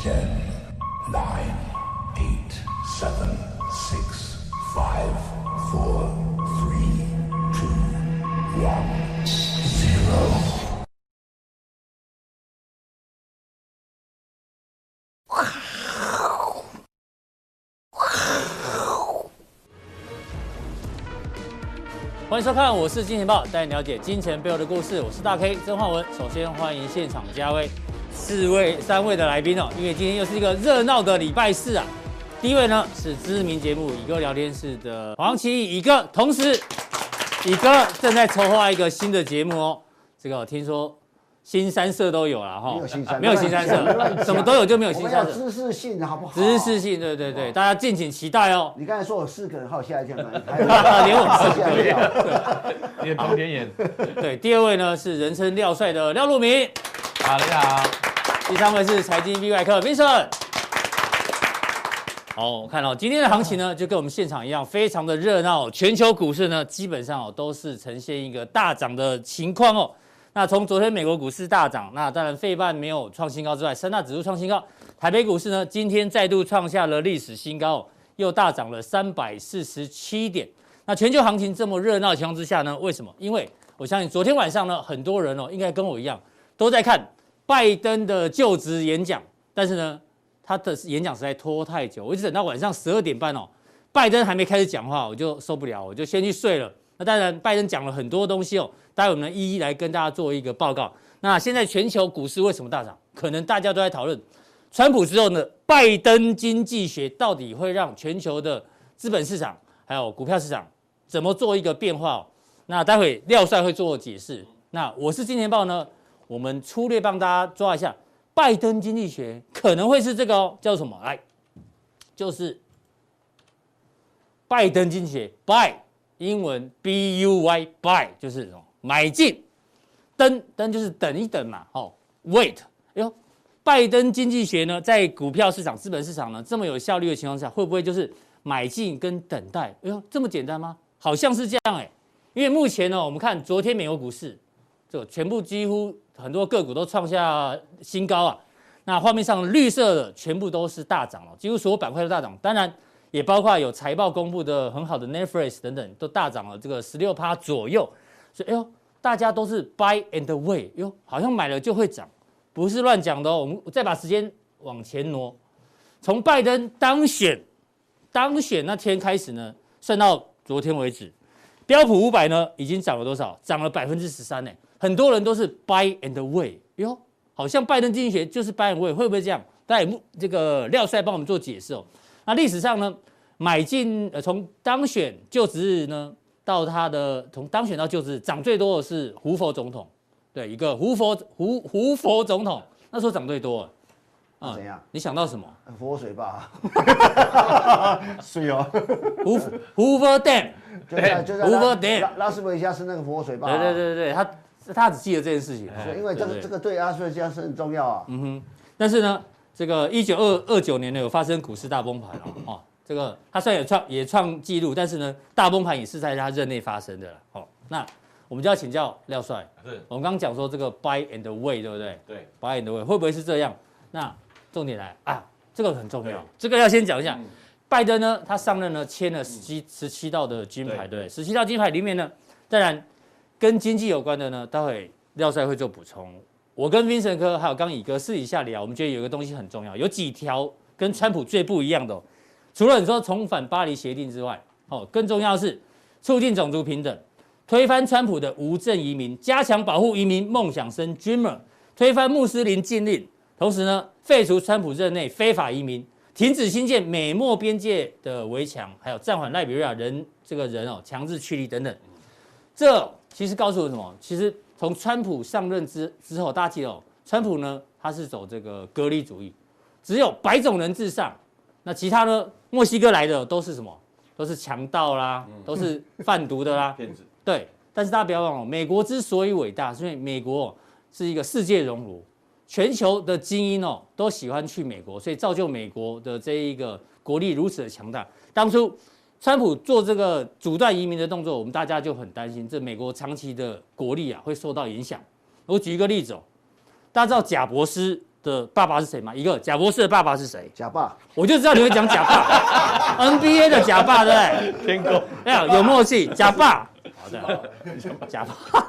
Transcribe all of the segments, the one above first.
10, 9, 8, 7, 6, 5, 4, 3, 2, 1, 0. 欢迎收看，我是金钱豹，带你了解金钱背后的故事。我是大 K 曾焕文。首先欢迎现场3位的来宾哦，因为今天又是一个热闹的礼拜四啊。第一位呢是知名节目《乙哥聊天室》的黄奇乙哥，同时乙哥正在筹划一个新的节目哦。这个听说新三色都有了哈，没有新三色，什么都有就没有新三色。 知识性好不好？ 知识性，对，大家敬请期待哦。 你刚才说有4个人，还有下一天吗？ 连我4个， 你旁边演。 对，第二位呢是人称廖帅的廖路明， 大家好。 第3位是财经 V 外客 Vincent。好，我看到今天的行情呢，就跟我们现场一样，非常的热闹。全球股市呢，基本上都是呈现一个大涨的情况哦。那从昨天美国股市大涨，那当然费半没有创新高之外，3大指数创新高，台北股市呢今天再度创下了历史新高，又大涨了347点。那全球行情这么热闹的情况之下呢，为什么？因为我相信昨天晚上呢，很多人应该跟我一样，都在看拜登的就职演讲，但是呢，他的演讲实在拖太久，我一直等到晚上12点半拜登还没开始讲话，我就受不了，我就先去睡了。那当然，拜登讲了很多东西待会我们一一来跟大家做一个报告。那现在全球股市为什么大涨？可能大家都在讨论，川普之后呢，拜登经济学到底会让全球的资本市场还有股票市场怎么做一个变化那待会廖帅会做解释。那我是金钱豹呢，我们粗略帮大家抓一下，拜登经济学可能会是这个叫什么？来，就是拜登经济学 ，buy。英文 BUY buy 就是买进，登就是等一等嘛，wait。哎呦，拜登经济学呢，在股票市场、资本市场呢这么有效率的情况下，会不会就是买进跟等待？哎呦，这么简单吗？好像是这样因为目前呢，我们看昨天美国股市，这全部几乎很多个股都创下新高啊。那画面上绿色的全部都是大涨几乎所有板块都大涨，当然。也包括有财报公布的很好的 Netflix 等等，都大涨了这个16%左右，所以大家都是 buy and wait，好像买了就会涨，不是乱讲的我们再把时间往前挪，从拜登当选那天开始呢，算到昨天为止，标普500呢已经涨了多少？涨了13%很多人都是 buy and wait，好像拜登经济学就是 buy and wait， 会不会这样？大家这个廖帅帮我们做解释那历史上呢，买进从当选就职日呢，到他的从当选到就职日，涨最多的是胡佛总统，对，一个胡佛总统，那时候涨最多怎样？ 你想到什么？ 佛水吧，水 Hoover Dam， 就是 Hoover Dam， 拉斯维加斯那个佛水吧。 对，他只记得这件事情， 因为这个对拉斯维加斯很重要啊。 但是呢。这个1929年呢有发生股市大崩盘这个他虽然也创纪录，但是呢大崩盘也是在他任内发生的那我们就要请教廖帅，我们刚刚讲说这个 buy and wait 对不对？ 对 ，buy and wait 会不会是这样？那重点来这个很重要，这个要先讲一下。拜登呢他上任呢签了17道的金牌，对，17道金牌里面呢，当然跟经济有关的呢，待会廖帅会做补充。我跟 Vincent 哥还有刚乙哥私底下聊，我们觉得有个东西很重要，有几条跟川普最不一样的除了你说重返巴黎协定之外，更重要的是促进种族平等，推翻川普的无证移民，加强保护移民梦想生 Dreamer， 推翻穆斯林禁令，同时呢废除川普任内非法移民，停止新建美墨边界的围墙，还有暂缓赖比瑞亚人强制驱离等等。这其实告诉我什么？其实从川普上任之后，大家记得川普呢，他是走这个隔离主义，只有白种人至上，那其他呢，墨西哥来的都是什么？都是强盗啦，都是贩毒的啦， 骗子。 对，但是大家不要忘了，美国之所以伟大，是因为美国是一个世界熔炉，全球的精英都喜欢去美国，所以造就美国的这一个国力如此的强大。当初川普做这个阻断移民的动作，我们大家就很担心，这美国长期的国力会受到影响。我举一个例子大家知道贾伯斯的爸爸是谁吗？一个贾博士的爸爸是谁？ 假爸， 我就知道你会讲假爸，NBA 的假爸，对不对？ 天狗， 有默契，假爸。好的，假爸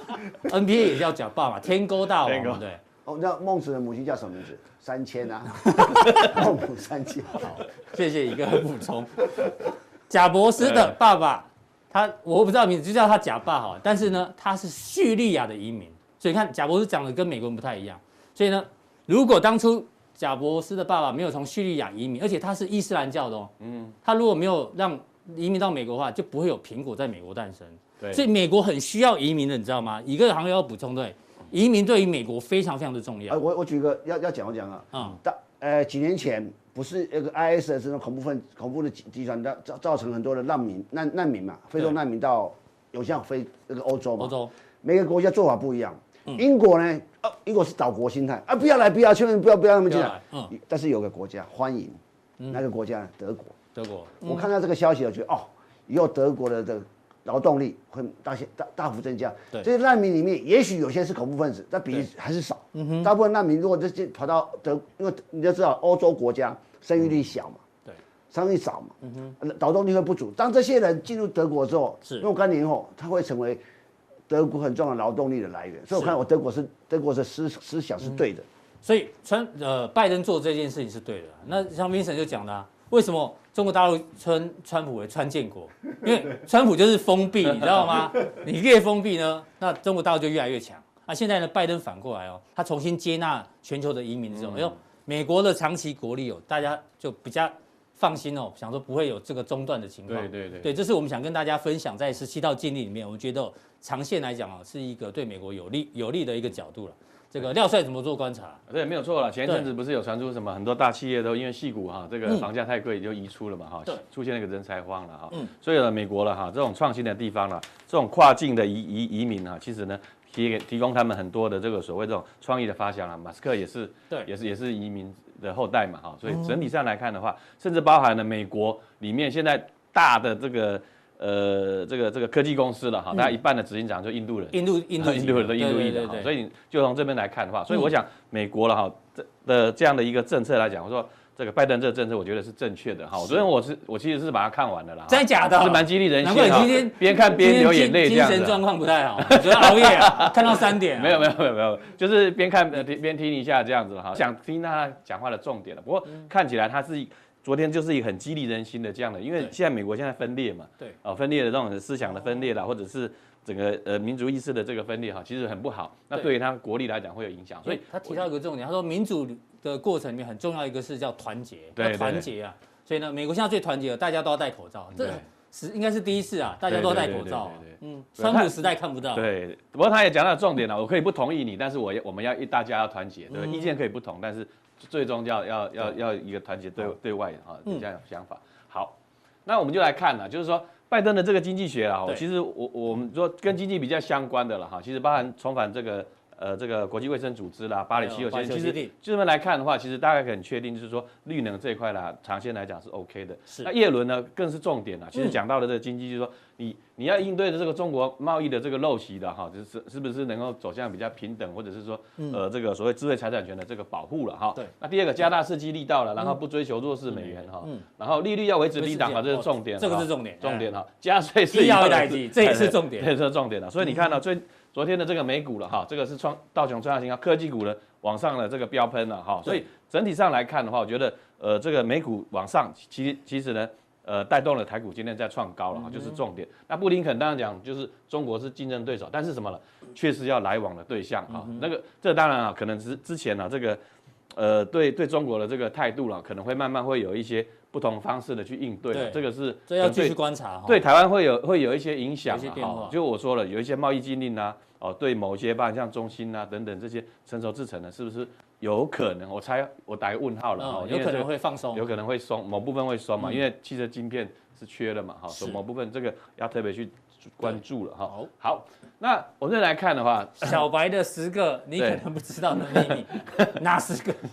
，NBA 也叫假爸嘛，天勾大王，对。 哦，那孟子的母亲叫什么名字？3000啊，孟母3000。 好，谢谢一个补充。贾博士的爸爸，我不知道名字，就叫他贾爸好了。但是呢，他是叙利亚的移民，所以看贾博士讲的跟美国人不太一样。所以呢，如果当初贾博士的爸爸没有从叙利亚移民，而且他是伊斯兰教的哦，他如果没有让移民到美国的话，就不会有苹果在美国诞生。 对， 所以美国很需要移民的，你知道吗？一个行业要补充，对，移民对于美国非常非常的重要。 我举个要讲啊，几年前不是那个 IS 的这种恐怖的集团造成很多的难民嘛，非洲难民到有像那个欧洲嘛，每个国家做法不一样。英国呢，英国是岛国心态啊，不要来，千万不要让他们进来。但是有个国家欢迎，那个国家德国。我看到这个消息，我觉得以后德国的劳动力会大幅增加。这些难民里面，也许有些是恐怖分子，但比例还是少。大部分难民如果这跑到因为你要知道欧洲国家生育率小嘛，生育率少嘛，劳动力会不足。当这些人进入德国之后，若干年后，他会成为德国很重要的劳动力的来源。所以我看德国的思想是对的。 所以拜登做这件事情是对的。那像 Vincent 就讲了，为什么中国大陆称川普为川建国？因为川普就是封闭，你知道吗？你越封闭呢，那中国大陆就越来越强。那现在呢，拜登反过来他重新接纳全球的移民之后，美国的长期国力大家就比较放心想说不会有这个中断的情况。对，这是我们想跟大家分享，在17道禁令里面，我觉得长线来讲是一个对美国有利的一个角度了。这个廖帅怎么做观察？ 对，没有错了。前一阵子不是有传出什么很多大企业都因为矽谷这个房价太贵就移出了嘛出现那个人才荒了所以呢，美国了这种创新的地方了，这种跨境的移民其实呢提供他们很多的这个所谓这种创意的发想马斯克也是移民的后代嘛所以整体上来看的话，甚至包含了美国里面现在大的这个科技公司了大概一半的执行长就印度人，印度人都印度裔的所以你就从这边来看的话，所以我想美国了这样的一个政策来讲，我说这个拜登这个政策，我觉得是正确的昨天我其实是把它看完了啦， 真的假的？ 是蛮激励人心的。难怪今天边看边流眼泪这样子。 精神状况不太好，昨天熬夜看到3点。 没有，就是边看边听一下这样子想听他讲话的重点了。不过看起来他是。昨天就是一个很激励人心的这样的，因为现在美国现在分裂嘛，分裂的这种思想的分裂啦，或者是整个民族意识的这个分裂其实很不好。那对于他国力来讲会有影响。所以他提到一个重点，他说民主的过程里面很重要一个是叫团结，要团结啊。所以呢，美国现在最团结的，大家都要戴口罩，这应该是第一次大家都要戴口罩。川普时代看不到。 对，不过他也讲到重点了，我可以不同意你，但是我们大家要团结，对，意见可以不同，但是。最终要一个团结对外这样想法。好，那我们就来看了，就是说拜登的这个经济学其实我们说跟经济比较相关的了其实包含重返这个国际卫生组织啦、巴黎气候协定，其实这边来看的话，其实大概很确定，就是说绿能这一块啦，长线来讲是 OK 的。那叶伦呢更是重点啦，其实讲到的这个经济，就是说你要应对的这个中国贸易的这个陋习的是不是能够走向比较平等，或者是说这个所谓智慧财产权的这个保护了对。那第二个加大刺激力道了，然后不追求弱势美元然后利率要维持低档这是重点。 这个是重点加税是要代替，这也是重点， 这是重点了。所以你看到昨天的这个美股了这个是道琼创新科技股呢往上的这个飙喷了所以整体上来看的话，我觉得这个美股往上其实呢带动了台股今天在创高了就是重点。那布林肯当然讲就是中国是竞争对手，但是什么呢？确实要来往的对象这当然可能之前这个对中国的这个态度可能会慢慢会有一些不同方式的去应对这要继续观察对台湾会有一些影响就我说了，有一些贸易禁令对某些包含像中兴等等这些成熟制程的，是不是有可能？我打个问号了有可能会放松， 有可能会松，某部分会松嘛，因为汽车晶片是缺了嘛所以某部分这个要特别去关注了好，那我们再来看的话， 小白的10个你可能不知道的秘密，哪10个？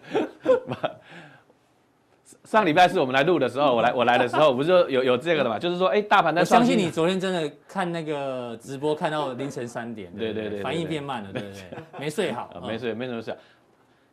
上礼拜4我们来录的时候，我来的时候不是有这个的嘛？就是说，大盘在我相信你昨天真的看那个直播看到凌晨3点， 对， 反应变慢了，对，没睡好， 没什么事。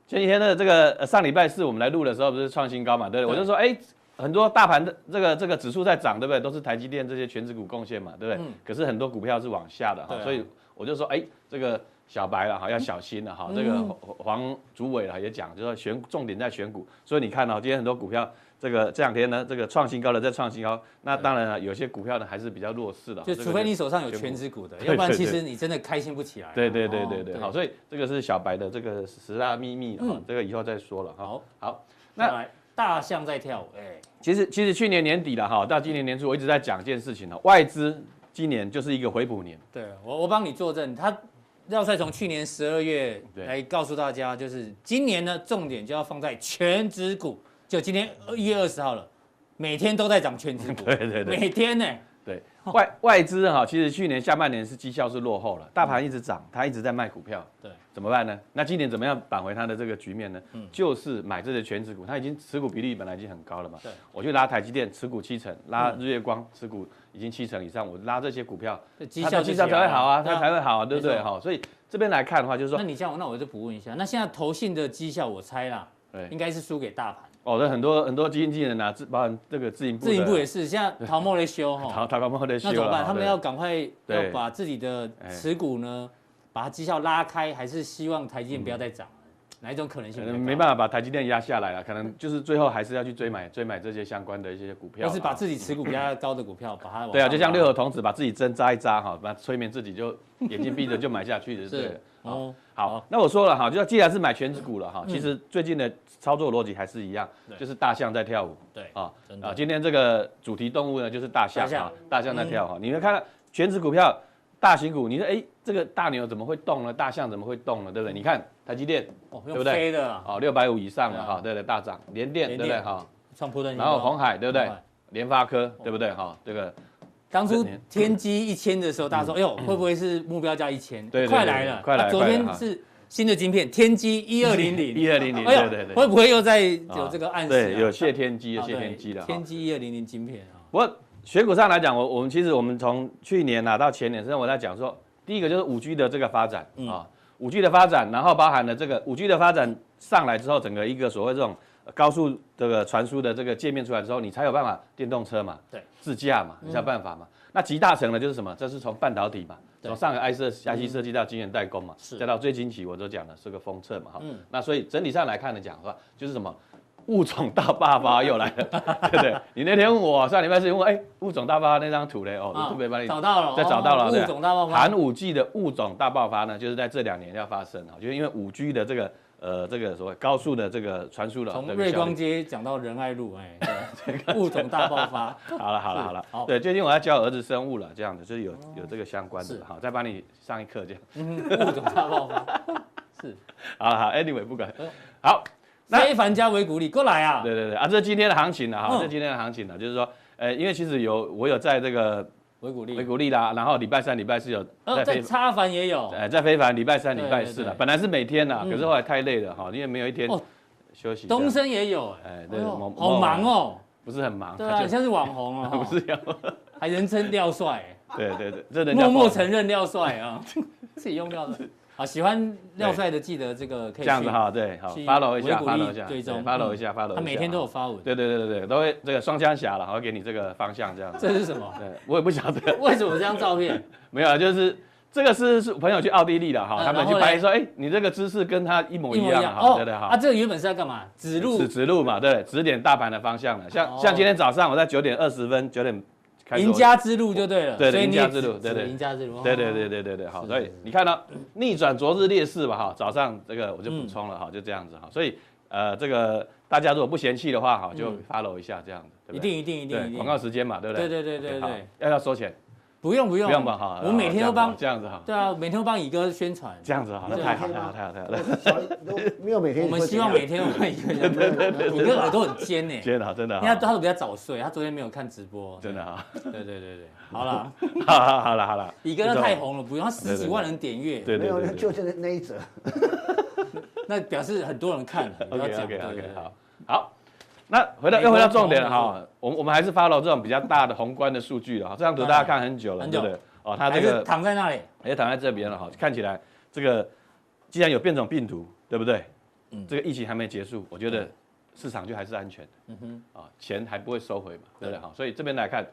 前几天的这个上礼拜四我们来录的时候不是创新高嘛，对不对？我就说，很多大盘的这个指数在涨，对不对？都是台积电这些全指股贡献嘛，对不对？可是很多股票是往下的哈，所以我就说，这个小白了哈，要小心了哈。这个黄主委了也讲，就说重点在选股，所以你看到今天很多股票。这两天呢，这个创新高的在创新高，那当然了，有些股票呢还是比较弱势的， 就除非你手上有全指股的，要不然其实你真的开心不起来。 对，好，所以这个是小白的这个10大秘密哈，这个以后再说了哈。好， 那大象在跳舞， 其实去年年底了哈，到今年年初我一直在讲一件事情了，外资今年就是一个回补年。 对，我帮你作证，他廖帅从去年12月来告诉大家，就是今年呢重点就要放在全指股。就今天1月20号了，每天都在涨全指股， 对， 每天呢， 对，外资哈，其实去年下半年是绩效是落后了，大盘一直涨，他一直在卖股票， 对， 怎么办呢？那今年怎么样扳回他的这个局面呢？就是买这些全指股，他已经持股比例本来已经很高了嘛，对，我去拉台积电持股70%，拉日月光持股已经70%以上，我拉这些股票， 绩效才会好啊，它才会好啊，对不对？哈，所以这边来看的话，就是说， 那你这样，那我就补问一下，那现在投信的绩效，我猜啦，应该是输给大盘。 那很多基金经理人啊，包含这个自营部也是，现在陶墨在修哈， 陶墨在修， 那怎么办？他们要赶快要把自己的持股呢，把它绩效拉开，还是希望台积电不要再涨？哪一种可能性？ 没办法把台积电压下来了，可能就是最后还是要去追买这些相关的一些股票， 或是把自己持股比较高的股票把它对啊，就像六合童子把自己针扎一扎哈，把催眠自己就眼睛闭着就买下去的，对。好，那我说了哈，就既然是买全指股了哈，其实最近的操作逻辑还是一样，就是大象在跳舞。 对今天这个主题动物呢就是大象啊，大象在跳哈。你们看到全指股票、大型股，你说这个大牛怎么会动呢？大象怎么会动呢？对不对？你看台积电，对不对？ 飞的 650以上了哈，对不对？大涨，联电对不对哈？ 创波段， 然后鸿海对不对？联发科对不对哈？这个。 当初天玑1000的时候，大家说，会不会是目标价1000？ 对， 快来了， 快来！ 昨天是新的晶片，天玑1200， 对， 会不会又在有这个暗示？ 对，有谢天机的，天玑1200晶片啊。 不过选股上来讲，我们从去年到前年，实际上我在讲说，第一个就是5G 的这个发展啊，5G 的发展，然后包含了这个5G 的发展上来之后，整个一个所谓这种高速这个传输的这个界面出来之后，你才有办法电动车嘛，对，自驾嘛，你才有办法嘛。那集大成的就是什么？这是从半导体嘛，从上海 IC 设计到晶圆代工嘛，再到最近期我都讲的是个封测嘛，哈。那所以整体上来看的讲的话，就是什么物种大爆发又来了，对不对？你那天问我上礼拜是问物种大爆发那张图嘞，我特别帮你找到了， 找到了， 物种大爆发。 含5G 的物种大爆发呢，就是在这2年要发生，就是因为5G 的这个所谓高速的这个传输了， 从瑞光街讲到仁爱路，物种大爆发。 好了，对，最近我要教儿子生物了，这样子就是有这个相关的，好，再帮你上一课这样。 物种大爆发是。 好 ，anyway 不管，好， 非凡加维谷力过来啊！ 对啊，这是今天的行情了哈，这今天的行情了，就是说，因为其实我有在这个。维谷力啦，然后礼拜3、礼拜4有在插凡也有， 在非凡礼拜3、礼拜4了，本来是每天啦，可是后来太累了哈，因为没有一天休息。 东升也有， 对， 好忙哦， 不是很忙， 对啊，像是网红哦， 不是还人称廖帅， 对，这人默默承认廖帅啊，自己用廖帅。好，喜欢廖帅的记得这个可以这样子哈，对，好 follow 一下， 追踪 follow 一下， 他每天都有发文， 对，都会这个双枪侠了，会给你这个方向这样子。 这是什么？ 对，我也不晓得为什么这张照片没有，就是这个是朋友去奥地利的哈，他们去拍说，你这个姿势跟他一模一样哈，对哈。 这个原本是要干嘛？指路嘛，对，指点大盘的方向了。像今天早上我在9点20分9点。 赢家之路就对了， 对，赢家之路，对， 赢家之路， 对，好，所以你看到逆转昨日劣势吧，哈，早上这个我就补充了哈，就这样子哈，所以这个大家如果不嫌弃的话，哈，就 follow 一下这样子， 一定， 广告时间嘛，对不对？ 对， 要收钱。 不用吧哈， 我每天都帮这样子哈， 对啊，每天都帮乙哥宣传， 这样子好，那太好了。 没有每天， 我们希望每天换一个人，乙哥耳朵很尖呢， 尖的真的， 因为他都比较早睡，他昨天没有看直播， 真的哈， 对，好了， 好了， 乙哥那太红了，不用，他10几万人点阅， 对，没有，就是那一则， 那表示很多人看了，不要讲， 好。那又回到重点了哈，我们还是 follow 这种比较大的宏观的数据了哈，这张图大家看很久了，对不对？它这个躺在那里， 也躺在这边了哈，看起来这个既然有变种病毒，对不对？ 这个疫情还没结束，我觉得市场就还是安全的，钱还不会收回嘛，对不对？所以这边来看，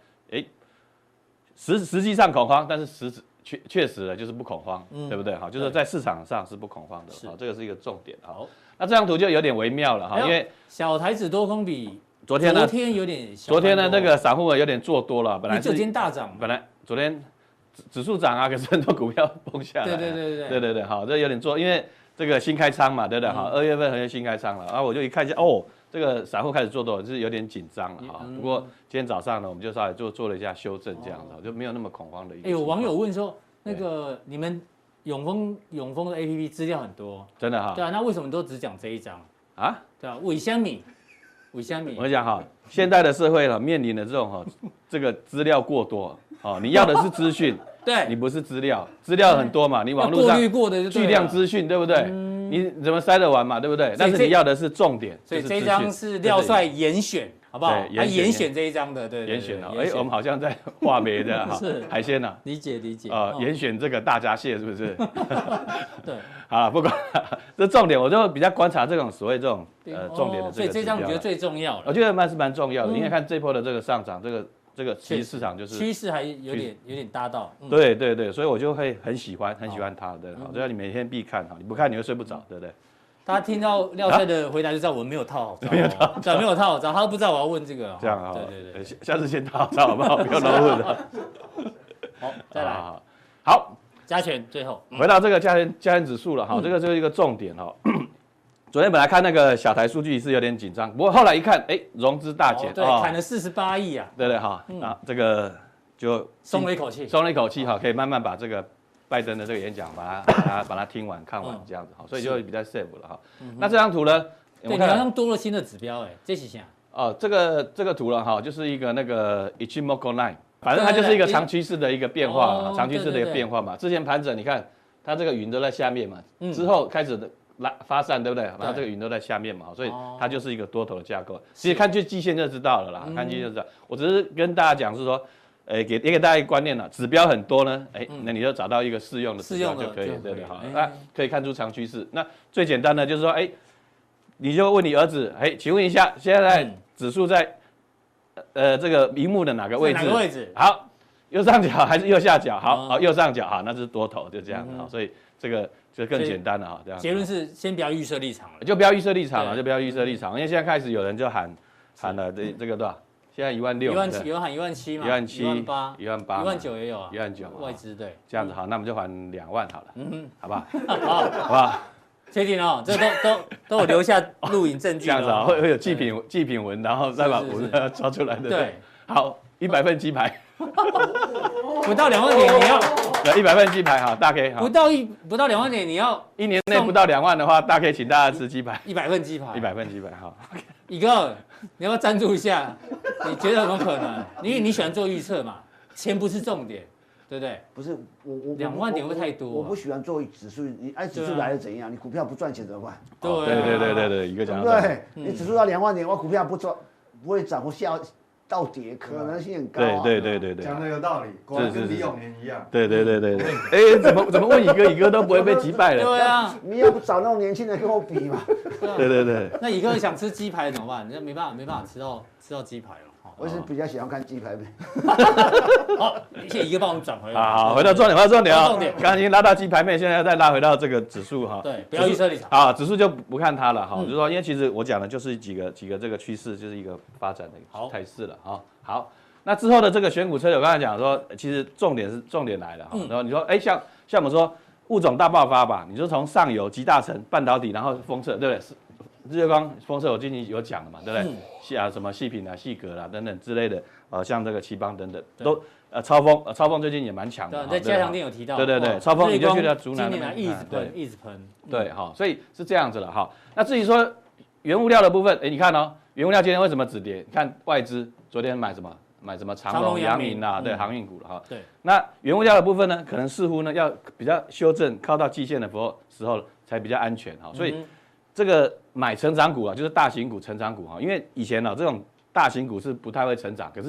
实际上恐慌，但是确实的就是不恐慌，对不对？就是在市场上是不恐慌的，这个是一个重点。好，那这张图就有点微妙了因为小台子多空比昨天有点小， 昨天呢那个散户有点做多了，本来是今天大涨， 本来昨天指数涨啊，可是很多股票崩下来，对，好，这有点做，因为这个新开仓嘛，对不对？好，2月份很新开仓了，然后我就一看一下，这个散户开始做多，就是有点紧张了哈。不过今天早上呢，我们就稍微做了一下修正，这样子就没有那么恐慌的一个。 有网友问说，那个你们永丰的 APP 资料很多， 真的哈？ 对啊，那为什么都只讲这一张啊？ 对啊，伪香米。我跟你讲哈，现代的社会面临的这种这个资料过多你要的是资讯， 对， 你不是资料很多嘛，你网络上过滤过的巨量资讯，对不对？你怎么筛得完嘛，对不对？但是你要的是重点， 所以这张是廖帅严选，好不好？他严选这一张的，对， 严选我们好像在画眉的哈，海鲜呐， 理解严选这个大闸蟹是不是？ 对， 好，不管这重点，我就比较观察这种所谓这种重点的这个。 所以这张你觉得最重要了？ 我觉得蛮重要的，因为看这波的这个上涨，这个其实市场就是趋势还有点搭到。 对，所以我就会很喜欢它的，只要你每天必看你不看你会睡不着，对不对？ 大家听到廖帅的回答就知道我没有套好招，没有套好招，他都不知道我要问这个。 这样啊， 对， 下次先套好招好不好？不要乱问了。 好，再来， 好， 加权最后回到这个加权指数了哈，这个就是一个重点哈。昨天本来看那个小台数据是有点紧张，不过后来一看，融资大减， 对，砍了48亿啊， 对这个就松了一口气可以慢慢把这个拜登的这个演讲把它听完看完这样子所以就比较 safe 了哈。那这张图呢？ 对，你好像多了新的指标这是啥？ 这个图了就是一个那个 Ichimoku Line， 反正它就是一个长趋势的一个变化，长趋势的一个变化嘛。之前盘整你看它这个云都在下面嘛，之后开始发散，对不对？然后这个云都在下面嘛，所以它就是一个多头的架构。其实看季线就知道了啦，看季线就知道。我只是跟大家讲是说，给大家一个观念了，指标很多呢，那你就找到一个适用的指标就可以，对不对？好，那可以看出长趋势。那最简单的就是说，你就问你儿子，请问一下，现在指数在这个萤幕的哪个位置？ 哪个位置？ 好，右上角还是右下角？好，右上角，好，那是多头，就这样好，所以这个就更简单了哈。这样结论是先不要预设立场了， 就不要预设立场了，就不要预设立场，因为现在开始有人就喊了这个多少？现在16000， 有喊17000嘛 ，18000、 18000也有啊 ，19000 外资对， 这样子好，那我们就还2万好了，好不好？ 好不好？确定这都有留下录影证据， 这样子会有祭品文，然后再把文抓出来的。 对， 好，100份鸡排， 不到2万点你要 100份鸡排哈，大 K 不到2万点你要 1年内不到2万的话，大 K 请大家吃鸡排 ，100份鸡排 ，100份鸡排哈。 一个，你要不要赞助一下？你觉得有没有可能？因为你喜欢做预测嘛，钱不是重点。对不对？ 不是我 2万点会太多， 我不喜欢做指数，你指数来了怎样？你股票不赚钱怎么办？ 对，一个讲对，你指数到2万点，我股票不会涨或下到跌，可能性很高。 对， 讲的有道理，果然跟李永年一样。 对，怎么问乙哥都不会被击败了？ 对啊， 你要不找那种年轻人跟我比嘛？ 对。 那乙哥想吃鸡排怎么办？那没办法吃到鸡排了。 我是比较喜欢看鸡排面。 好，谢谢乙哥帮我们转回来。 好，回到重点啊！刚刚已经拉到鸡排面，现在再拉回到这个指数哈。 对，不要预设立场。 啊，指数就不看它了哈，就是说，因为其实我讲的就是几个这个趋势，就是一个发展的态势了哈。好，那之后的这个选股策略，我刚才讲说，其实重点来了哈。然后你说，像我们说物种大爆发吧，你说从上游集大成半导体，然后封测，对不对？日月光封测我最近有讲了嘛，对不对？什么细品啊、细格啦等等之类的，像这个奇邦等等都超风最近也蛮强的。 在加强店有提到。 对，超风你就去了竹南今年一直喷。 对，好，所以是这样子了哈。那至于说原物料的部分，你看原物料今天为什么止跌？你看外资昨天买什么长荣、阳明啦，对，航运股了哈。 对。 那原物料的部分呢，可能似乎呢要比较修正，靠到季线的时候才比较安全哈。所以这个买成长股啊，就是大型股成长股哈，因为以前这种大型股是不太会成长，可是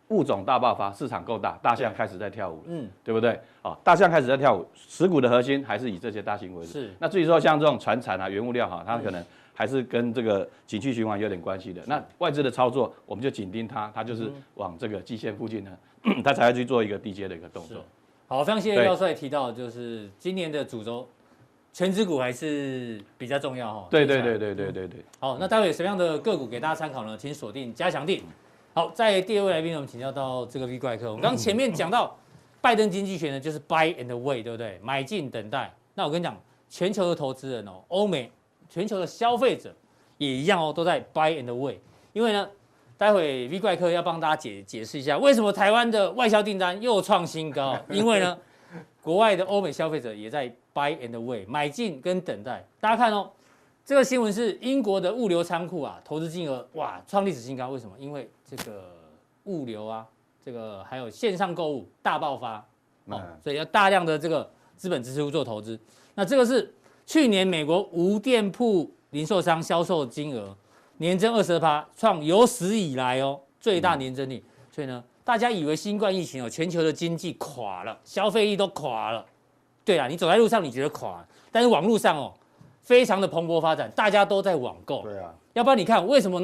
物种大爆发，市场够大，大象开始在跳舞了，对不对？大象开始在跳舞，持股的核心还是以这些大型为主。是。那至于说像这种传产啊、原物料它可能还是跟这个景气循环有点关系的。那外资的操作，我们就紧盯它就是往这个季线附近呢，它才会去做一个低阶的一个动作。 好，非常谢谢廖帅提到，就是今年的主轴，全指股还是比较重要哈。 对。 好，那待会有什么样的个股给大家参考呢？请锁定加强定。好，在第二位来宾，我们请教到这个 V 怪客。我们刚前面讲到拜登经济学呢，就是 buy and wait， 对不对？买进等待。那我跟你讲，全球的投资人哦，欧美全球的消费者也一样哦，都在 buy and wait。因为呢，待会 V 怪客要帮大家解释一下，为什么台湾的外销订单又创新高？因为呢，国外的欧美消费者也在 buy and wait， 买进跟等待。大家看哦。这个新闻是英国的物流仓库啊，投资金额哇创历史新高。为什么？因为这个物流啊，这个还有线上购物大爆发所以要大量的这个资本支出做投资。那这个是去年美国无店铺零售商销售金额年增22%，创有史以来最大年增率。所以呢，大家以为新冠疫情全球的经济垮了，消费力都垮了。对啊，你走在路上你觉得垮，但是网络上非常的蓬勃发展，大家都在网购。 对啊， 要不然你看为什么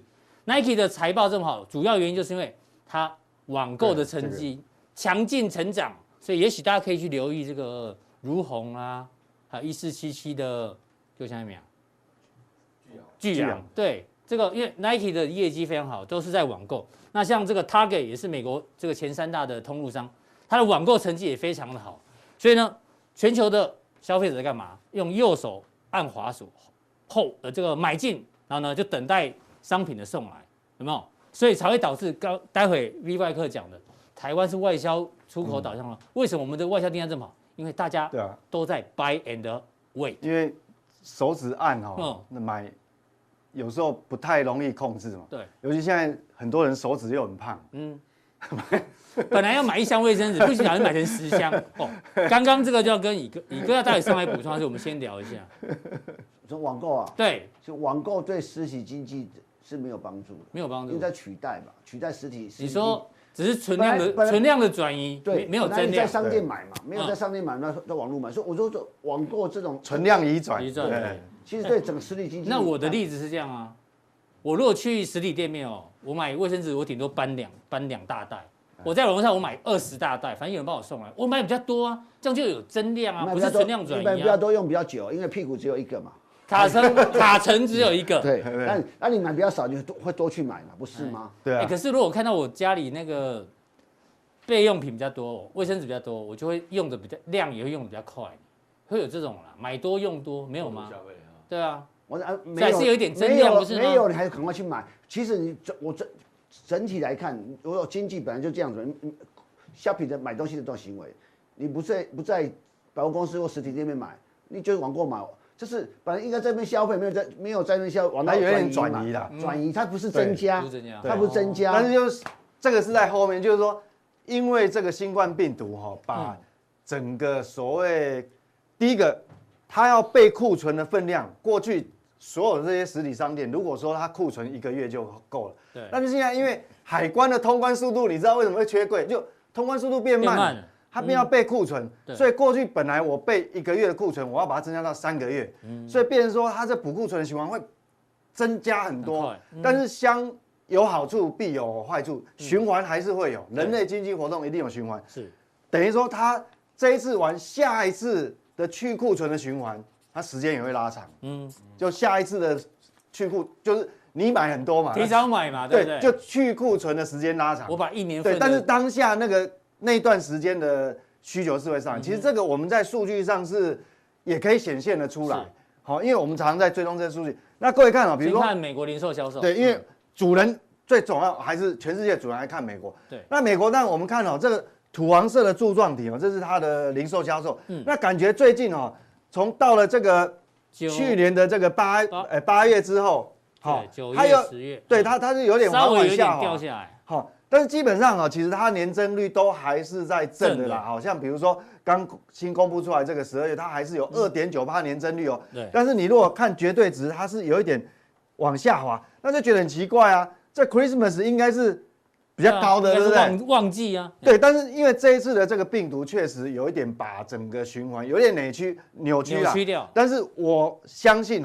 Nike 的财报这么好？主要原因就是因为它网购的成绩强劲成长，所以也许大家可以去留意这个如虹啊，还有1477的就像什么呀？巨阳。对，这个因为 Nike 的业绩非常好，都是在网购。那像这个 Target 也是美国这个前3大的通路商，它的网购成绩也非常的好。所以呢，全球的消费者在干嘛？用右手按滑鼠后这个买进，然后呢就等待商品的送来，有没有？所以才会导致待会 V 怪客讲的，台湾是外销出口导向了。为什么我们的外销订单这么好？因为大家都在 buy and wait。 因为手指按那买有时候不太容易控制嘛。 对， 尤其现在很多人手指又很胖。 本来要买1箱卫生纸，不小心买成10箱。刚刚这个就要跟乙哥要待会上来补充，还是我们先聊一下。 说网购啊， 对， 就网购对实体经济是没有帮助的， 没有帮助， 因为在取代嘛，取代实体。 你说只是存量的转移， 对， 没有增量。 在商店买嘛，没有在商店买，那在网络买。所以我说网购这种存量移转， 对， 其实对整个实体经济。 那我的例子是这样啊，我如果去实体店面我买卫生纸，我顶多搬两大袋。我在网络上我买20大袋，反正有人帮我送来，我买比较多啊，这样就有增量啊，不是存量转移啊。 比较多用比较久，因为屁股只有一个嘛。 卡层只有一个。 对，那你买比较少，你会多去买嘛，不是吗？ 对啊。 可是如果我看到我家里那个备用品比较多，卫生纸比较多，我就会用的量也会用的比较快，会有这种啦，买多用多，没有吗？对啊，还是有一点增量，不是吗？ 没有，你还赶快去买。其实整体来看，如果经济本来就这样子，shopping 的买东西的这种行为，你不在百货公司或实体店面买，你就网购买。就是本来应该在那边消费，没有在那边消费，往那有点转移啦， 转移它不是增加，它不是增加， 但是就是这个是在后面，就是说，因为这个新冠病毒把整个所谓第一个，它要备库存的分量，过去所有的这些实体商店，如果说它库存1个月就够了，对，但是现在因为海关的通关速度，你知道为什么会缺柜？就通关速度变慢了。它变要备库存，所以过去本来我备1个月的库存，我要把它增加到3个月，所以变成说它这补库存的循环会增加很多。但是相有好处必有坏处，循环还是会有，人类经济活动一定有循环。是，等于说它这一次完，下一次的去库存的循环，它时间也会拉长。就下一次的去库就是你买很多嘛， 提早买嘛，对不对？ 就去库存的时间拉长。 我把1年份。 对，但是当下那段时间的需求是会上来，其实这个我们在数据上是也可以显现的出来，好，因为我们常常在追踪这些数据。那各位看比如说看美国零售销售， 对，因为主人最重要还是全世界主人来看美国，对。那美国让我们看这个土黄色的柱状体这是它的零售销售，那感觉最近从到了这个去年的这个8月之后， 对，9月10月， 对它是有点缓缓下滑， 掉下来， 好。但是基本上其实它年增率都还是在正的啦。好像比如说刚新公布出来这个12月，它还是有2.9%年增率对。但是你如果看绝对值，它是有一点往下滑，那就觉得很奇怪啊。这 Christmas 应该是比较高的，对不对？ 旺季啊， 对，但是因为这一次的这个病毒确实有一点把整个循环有点扭曲掉。 但是我相信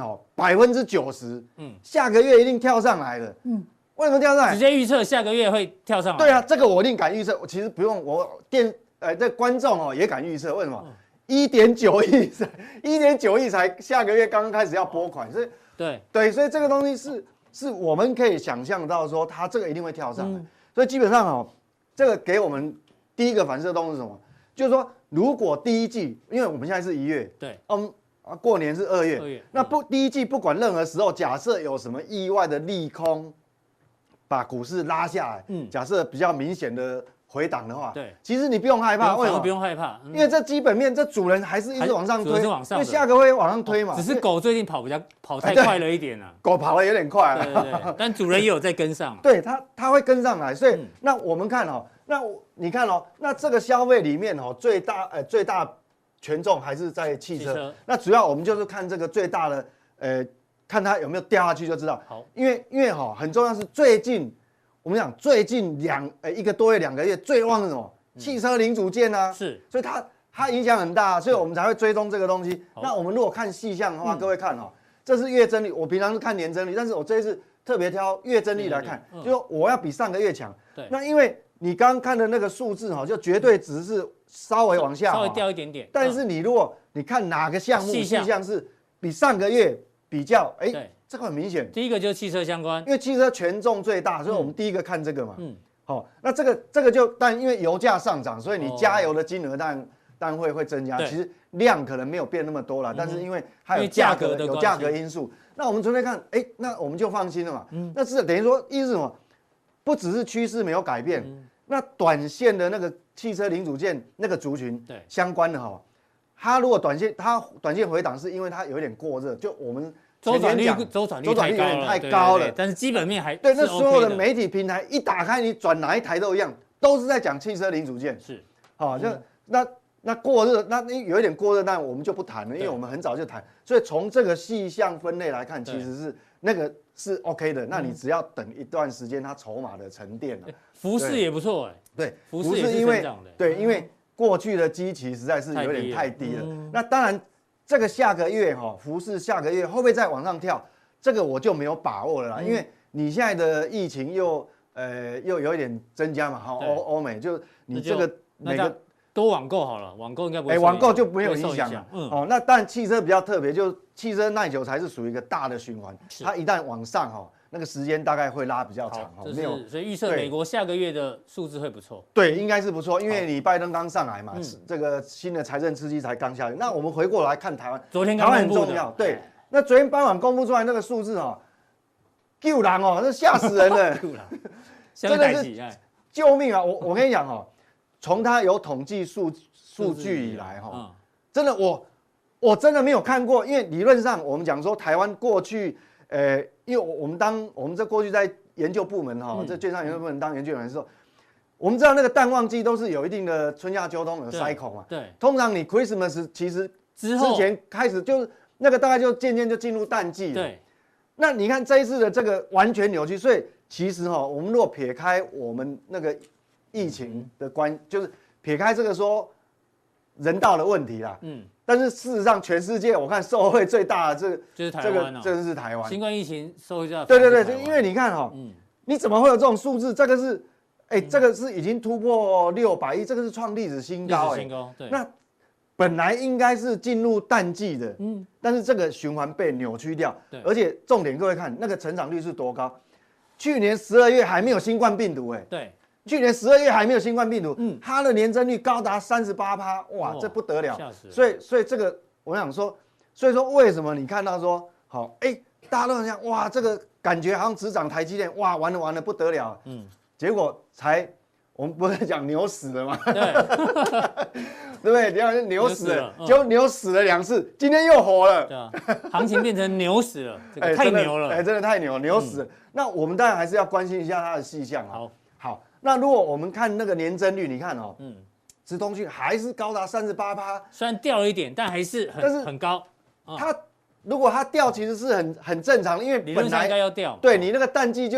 90%，下个月一定跳上来的。为什么跳上来？ 直接预测下个月会跳上来。 对啊，这个我一定敢预测。其实不用我这观众也敢预测。为什么？1.9亿，1.9亿才下个月刚刚开始要拨款，所以对，所以这个东西是我们可以想象到说，它这个一定会跳上来。所以基本上这个给我们第一个反射动是什么？就是说，如果第一季，因为我们现在是1月， 对， 过年是2月，那第一季不管任何时候，假设有什么意外的利空，把股市拉下来，假设比较明显的回档的话， 对， 其实你不用害怕，为什么？ 不用害怕， 因为这基本面，这主人还是一直往上推，因为下个会往上推嘛。 只是狗最近跑太快了一点啊， 狗跑得有点快， 对，但主人也有在跟上， 对，它会跟上来，所以那我们看那你看那这个消费里面最大权重还是在汽车，那主要我们就是看这个最大的看它有没有掉下去就知道。好，因为很重要是最近。我们讲最近1个多月2个月最旺是什么？汽车零组件啊， 是， 所以它影响很大，所以我们才会追踪这个东西。那我们如果看细项的话，各位看这是月增率，我平常是看年增率，但是我这一次特别挑月增率来看，就说我要比上个月强。对，那因为你刚刚看的那个数字就绝对值是稍微往下， 稍微掉一点点。 但是如果你看哪个项目细项是比上个月比较，这个很明显， 第一个就是汽车相关， 因为汽车权重最大，所以我们第一个看这个嘛。那这个就但因为油价上涨，所以你加油的金额当然会增加。其实量可能没有变那么多了，但是因为还有价格因素。那我们昨天看，那我们就放心了嘛。那是等于说意思是什么？不只是趋势没有改变，那短线的那个汽车零组件那个族群相关的它如果短线回档，是因为它有点过热，就我们。 周转率有点太高了， 但是基本面还对。那所有的媒体平台一打开，你转哪一台都一样，都是在讲汽车零组件。是，那过热，那有一点过热，那我们就不谈了，因为我们很早就谈。所以从这个细项分类来看，其实是那个是 OK 的。那你只要等一段时间，它筹码的沉淀了。 服饰也不错对， 服饰也是成长的。 对，因为过去的基期实在是有点太低了。那当然。这个下个月服饰下个月会不会再往上跳？这个我就没有把握了啦，因为你现在的疫情又有一点增加嘛，欧美就你这个每个都网购好了，网购应该不会。 网购就没有影响了。那但汽车比较特别，就汽车耐久才是属于一个大的循环，它一旦往上那个时间大概会拉比较长。 没有，所以预测美国下个月的数字会不错。 对，应该是不错，因为你拜登刚上来嘛，这个新的财政刺激才刚下来。那我们回过来看台湾， 昨天台湾很重要。对，那昨天傍晚公布出来那个数字救人这吓死人了， 真的是救命啊！我跟你讲从他有统计数据以来真的我真的没有看过，因为理论上我们讲说台湾过去。因为我们这过去在研究部门这券商研究部门当研究员的时候，我们知道那个淡旺季都是有一定的春夏秋冬有 cycle 嘛。对。通常你 Christmas 其实之前开始就是那个大概就渐渐就进入淡季了。对。那你看这一次的这个完全扭曲，所以其实我们如果撇开我们那个疫情的就是撇开这个说人道的问题啦。但是事实上，全世界我看受惠最大的就是台湾真的是台湾。 新冠疫情受惠最大。 对，因为你看你怎么会有这种数字？这个是，这个是已经突破600亿，这个是创历史新高。 新高，对。 那本来应该是进入淡季的，但是这个循环被扭曲掉。对。而且重点，各位看那个成长率是多高？去年12月还没有新冠病毒，对。去年12月还没有新冠病毒，它的年增率高达38%，哇，这不得了！所以这个我想说，所以说为什么你看到说大家都很像哇，这个感觉好像只涨台积电，哇，完了不得了，结果我们不是讲牛死了吗？对不对？你看牛死了，结果牛死了2次，今天又活了，对啊， 行情变成牛死了，这个太牛了， 真的太牛，牛死了。那我们当然还是要关心一下它的细项啊。好。那如果我们看那个年增率，你看直通讯还是高达38%， 虽然掉了一点，但还是很高。 如果它掉，其实是很正常的，因为理论上应该要掉。 对你那个淡季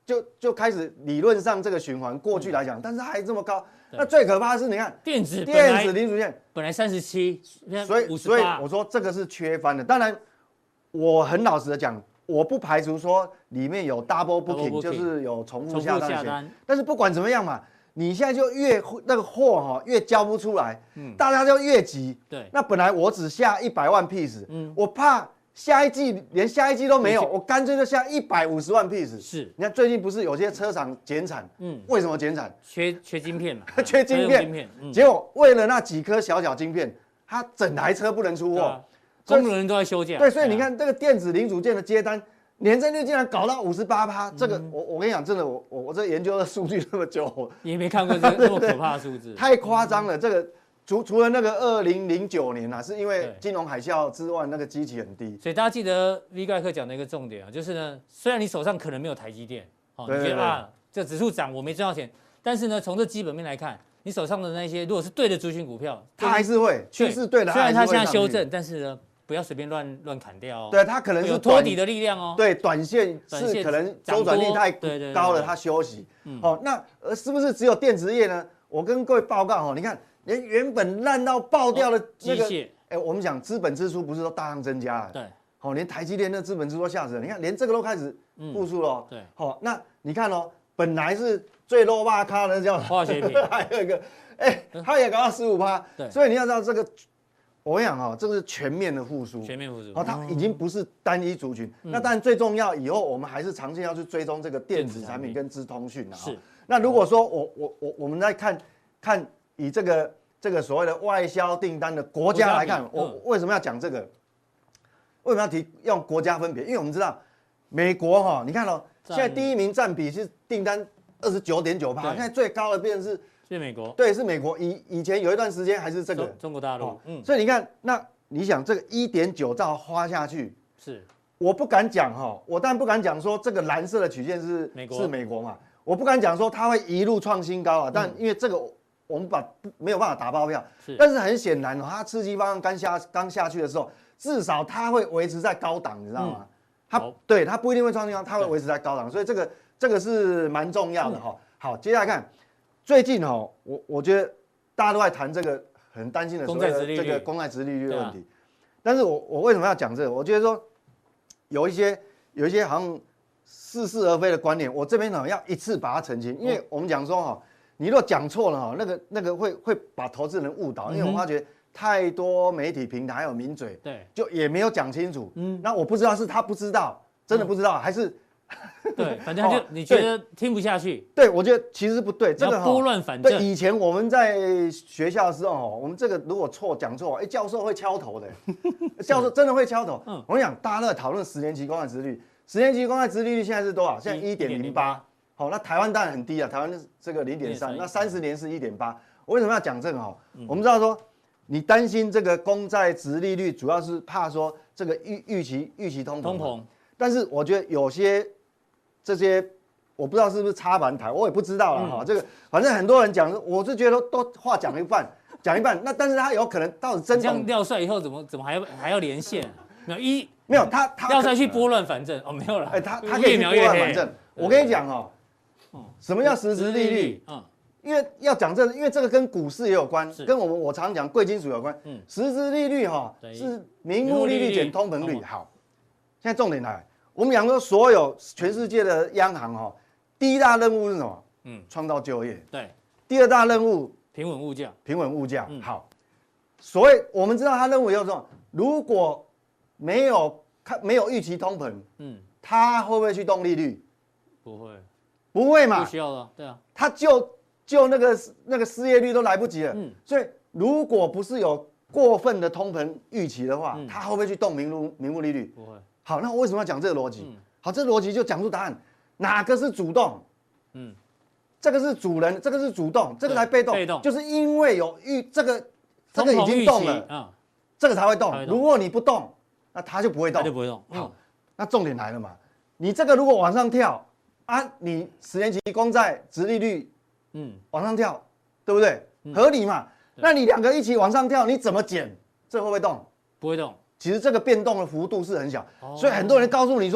就开始理论上这个循环过去来讲，但是还这么高。那最可怕的是，你看电子零组件本来37， 所以我说这个是缺翻的。当然，我很老实的讲，我不排除说里面有 double booking， 就是有重复下单。但是不管怎么样嘛，你现在就越那个货哈越交不出来，大家就越急。 对， 那本来我只下100万 piece，我怕下一季连下一季都没有，我干脆就下150万 piece。 是， 你看最近不是有些车厂减产，为什么减产？ 缺晶片嘛， 缺晶片，结果为了那几颗小晶片，它整台车不能出货， 工人都在休假。 对，所以你看这个电子零组件的接单年增率竟然搞到58%，这个我跟你讲，真的我这研究的数据这么久， 也没看过这么可怕的数字， 太夸张了。这个除了那个2009年啊，是因为金融海啸之外，那个基期很低。 所以大家记得 V 怪客讲的一个重点啊，就是呢，虽然你手上可能没有台积电，你觉得啊这指数涨我没赚到钱，但是呢，从这基本面来看，你手上的那些如果是对的族群股票， 它还是会趋势对的， 虽然它现在修正，但是呢，不要随便乱砍掉哦。 对，它可能是有托底的力量哦。 对，短线是可能周转率太高了，它休息。哦，那是不是只有电子业呢？我跟各位报告哦，你看，连原本烂到爆掉的那个，我们讲资本支出不是都大量增加了？ 对。 好，连台积电的资本支出都吓死了。你看，连这个都开始复苏了。 对。 好，那你看哦，本来是最 low 巴咖的叫化学品， 还有一个，它也搞到15%。对。所以你要知道这个。我跟你讲哦，这个是全面的复苏， 全面复苏哦，它已经不是单一族群。那当然最重要，以后我们还是长线要去追踪这个电子产品跟资通讯啊。是。那如果说我们在看以这个所谓的外销订单的国家来看，我为什么要讲这个？为什么要用国家分别？因为我们知道美国哈，你看哦，现在第一名占比是订单29.9%，现在最高的变成是。 是美国， 对，是美国。以前有一段时间还是这个中国大陆， 所以你看，那你想这个1.9兆花下去， 是我不敢讲哈，我当然不敢讲说这个蓝色的曲线是美国嘛，我不敢讲说它会一路创新高啊，但因为这个我们没有办法打包票，但是很显然它刺激方案刚下去的时候，至少它会维持在高档，你知道吗？它不一定会创新高，它会维持在高档，所以这个是蛮重要的哈。好，接下来看。最近哦，我觉得大家都在谈这个很担心的所谓的这个公债殖利率的问题，但是我为什么要讲这个？我觉得说有一些好像似是而非的观念，我这边呢要一次把它澄清，因为我们讲说哈，你如果讲错了哈，那个会把投资人误导，因为我发觉太多媒体平台还有名嘴， 对， 就也没有讲清楚，那我不知道是他不知道，真的不知道，还是。 对，反正就你觉得听不下去。 对，我觉得其实不对，这个拨乱反正。 对，以前我们在学校的时候，我们这个如果讲错，教授会敲头的，教授真的会敲头。我跟你讲，大家都在讨论10年期公债殖利率，10年期公债殖利率现在是多少？现在1.08。好，那台湾当然很低啊，台湾这个0.3，那30年是1.8。我为什么要讲这个？我们知道说，你担心这个公债殖利率，主要是怕说这个预期通膨。但是我觉得有些。这些我不知道是不是插盘台，我也不知道了哈。这个反正很多人讲，我是觉得都话讲一半，那但是他有可能到底真这样撂帅以后怎么还要连线？ 没有他撂帅去拨乱反正哦，没有了。 他可以拨乱反正。我跟你讲哦，什么叫实质利率？因为要讲这个，因为这个跟股市也有关，跟我常讲贵金属有关。实质利率哈是名目利率减通膨率。好，现在重点来。我们讲说，所有全世界的央行哈，第一大任务是什么？创造就业。 对。 第二大任务， 平稳物价。 平稳物价。好。所谓我们知道它任务有什么？如果没有预期通膨，它会不会去动利率？ 不会。 不会嘛？ 不需要了，对啊。 它就那个失业率都来不及了。所以如果不是有过分的通膨预期的话，它会不会去动名目利率？ 不会。好， 那我为什么要讲这个逻辑？好，这个逻辑就讲出答案，哪个是主动？这个是主人，这个是主动，这个才被动。就是因为有这个已经动了，这个才会动。如果你不动，那它就不会动。好，那重点来了嘛，你这个如果往上跳啊，你10年期公债殖利率，往上跳，对不对？合理嘛？那你两个一起往上跳，你怎么减？这会不会动？ 不会动。 其实这个变动的幅度是很小，所以很多人告诉你说，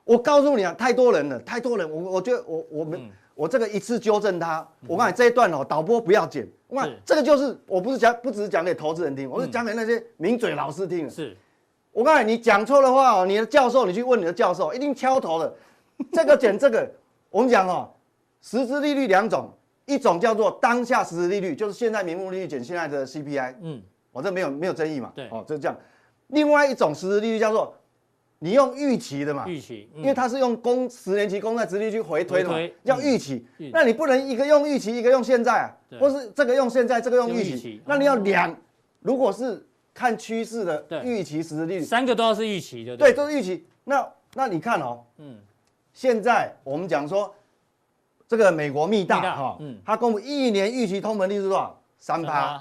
我告诉你啊，太多人了，太多人，我觉得我这个一次纠正他，我告诉你这一段哦，导播不要剪，我看这个就是我不只是讲给投资人听，我是讲给那些名嘴老师听的。 是， 我告诉你，你讲错的话哦，你的教授你去问你的教授，一定敲头的。这个减这个，我们讲哦，实质利率2种，一种叫做当下实质利率，就是现在名目利率减现在的 CPI，我这没有争议嘛， 对， 哦，就是这样。另外一种实质利率叫做你用预期的嘛， 预期， 因为它是用10年期公债殖利率去回推的嘛，叫预期。 嗯那你不能一个用预期，一个用现在啊，或是这个用现在，这个用预期。那你要如果是看趋势的预期实质利率 ，3个都要是预期的， 对，都是预期。那你看哦，现在我们讲说这个美国密大哈，它公布1年预期通膨率是多少？3%，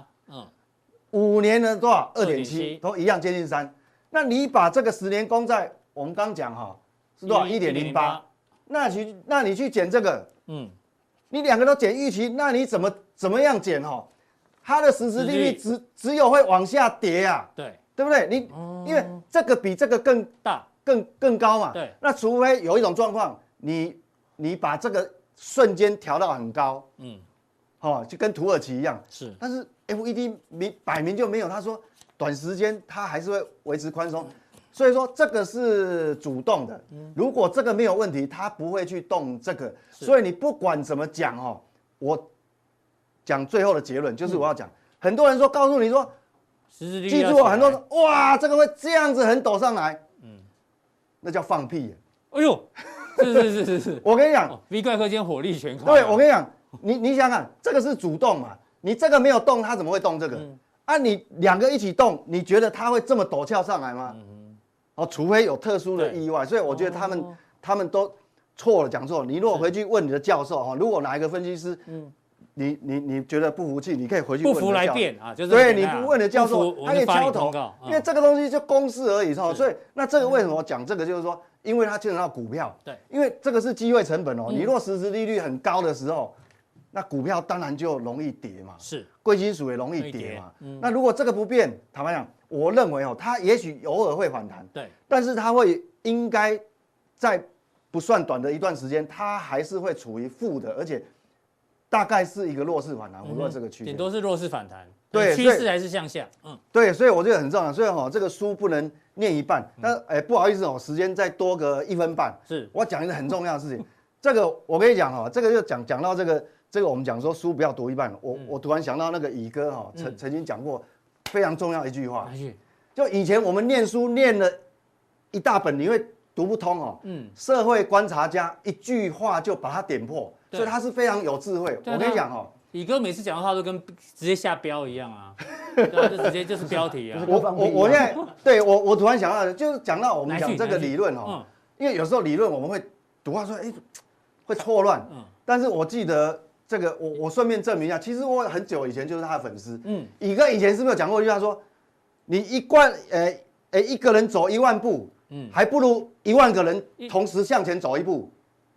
5年的多少？2.7%，都一样接近3%。那你把这个10年公债，我们刚讲哈是多少？1.08%。那你去减这个，你2个都减预期，那你怎么样减哈？它的实质利率只有会往下跌啊，对不对？因为这个比这个更大、更高嘛。对。那除非有一种状况，你把这个瞬间调到很高，就跟土耳其一样。是。但是 FED 摆明就没有，他说短时间它还是会维持宽松，所以说这个是主动的。如果这个没有问题，他不会去动这个。所以你不管怎么讲哦，我讲最后的结论就是我要讲，很多人告诉你说，记住很多人哇，这个会这样子很陡上来，那叫放屁。 哎呦，是， 我跟你讲 ，V 怪客今天火力全开。 对，我跟你讲，你想想，这个是主动嘛，你这个没有动，它怎么会动这个？你2个一起动，你觉得它会这么陡峭上来吗？除非有特殊的意外，所以我觉得他们都错了，讲错了。你如果回去问你的教授如果哪一个分析师，你觉得不服气，你可以回去问你的教授。 不服来辩啊，就是对，你不问你的教授，他可以敲头，因为这个东西就公式而已所以那这个为什么我讲这个，就是说，因为它牵扯到股票，对，因为这个是机会成本你若实质利率很高的时候，那股票当然就容易跌嘛，是，贵金属也容易跌嘛。那如果这个不变，坦白讲，我认为它也许偶尔会反弹，对，但是它应该在不算短的一段时间，它还是会处于负的，而且大概是一个弱势反弹，不过这个区间顶多是弱势反弹， 对， 趋势还是向下， 对，所以我觉得很重要。所以这个书不能念一半。那不好意思时间再多个1分半，是我讲一个很重要的事情。这个我跟你讲这个就讲到这个我们讲说书不要读一半，我突然想到那个乙哥曾经讲过非常重要一句话，就以前我们念书念了一大本，你会读不通社会观察家一句话就把它点破，所以他是非常有智慧。我跟你讲乙哥每次讲的话都跟直接下标一样啊，对，就直接就是标题啊。 我现在对我突然想到的，就是讲到我们讲这个理论因为有时候理论我们会读话说会错乱，但是我记得这个我顺便证明一下，其实我很久以前就是他的粉丝。乙哥以前是不是有讲过一句话说，你一个人走1万步，还不如1万个人同时向前走1步。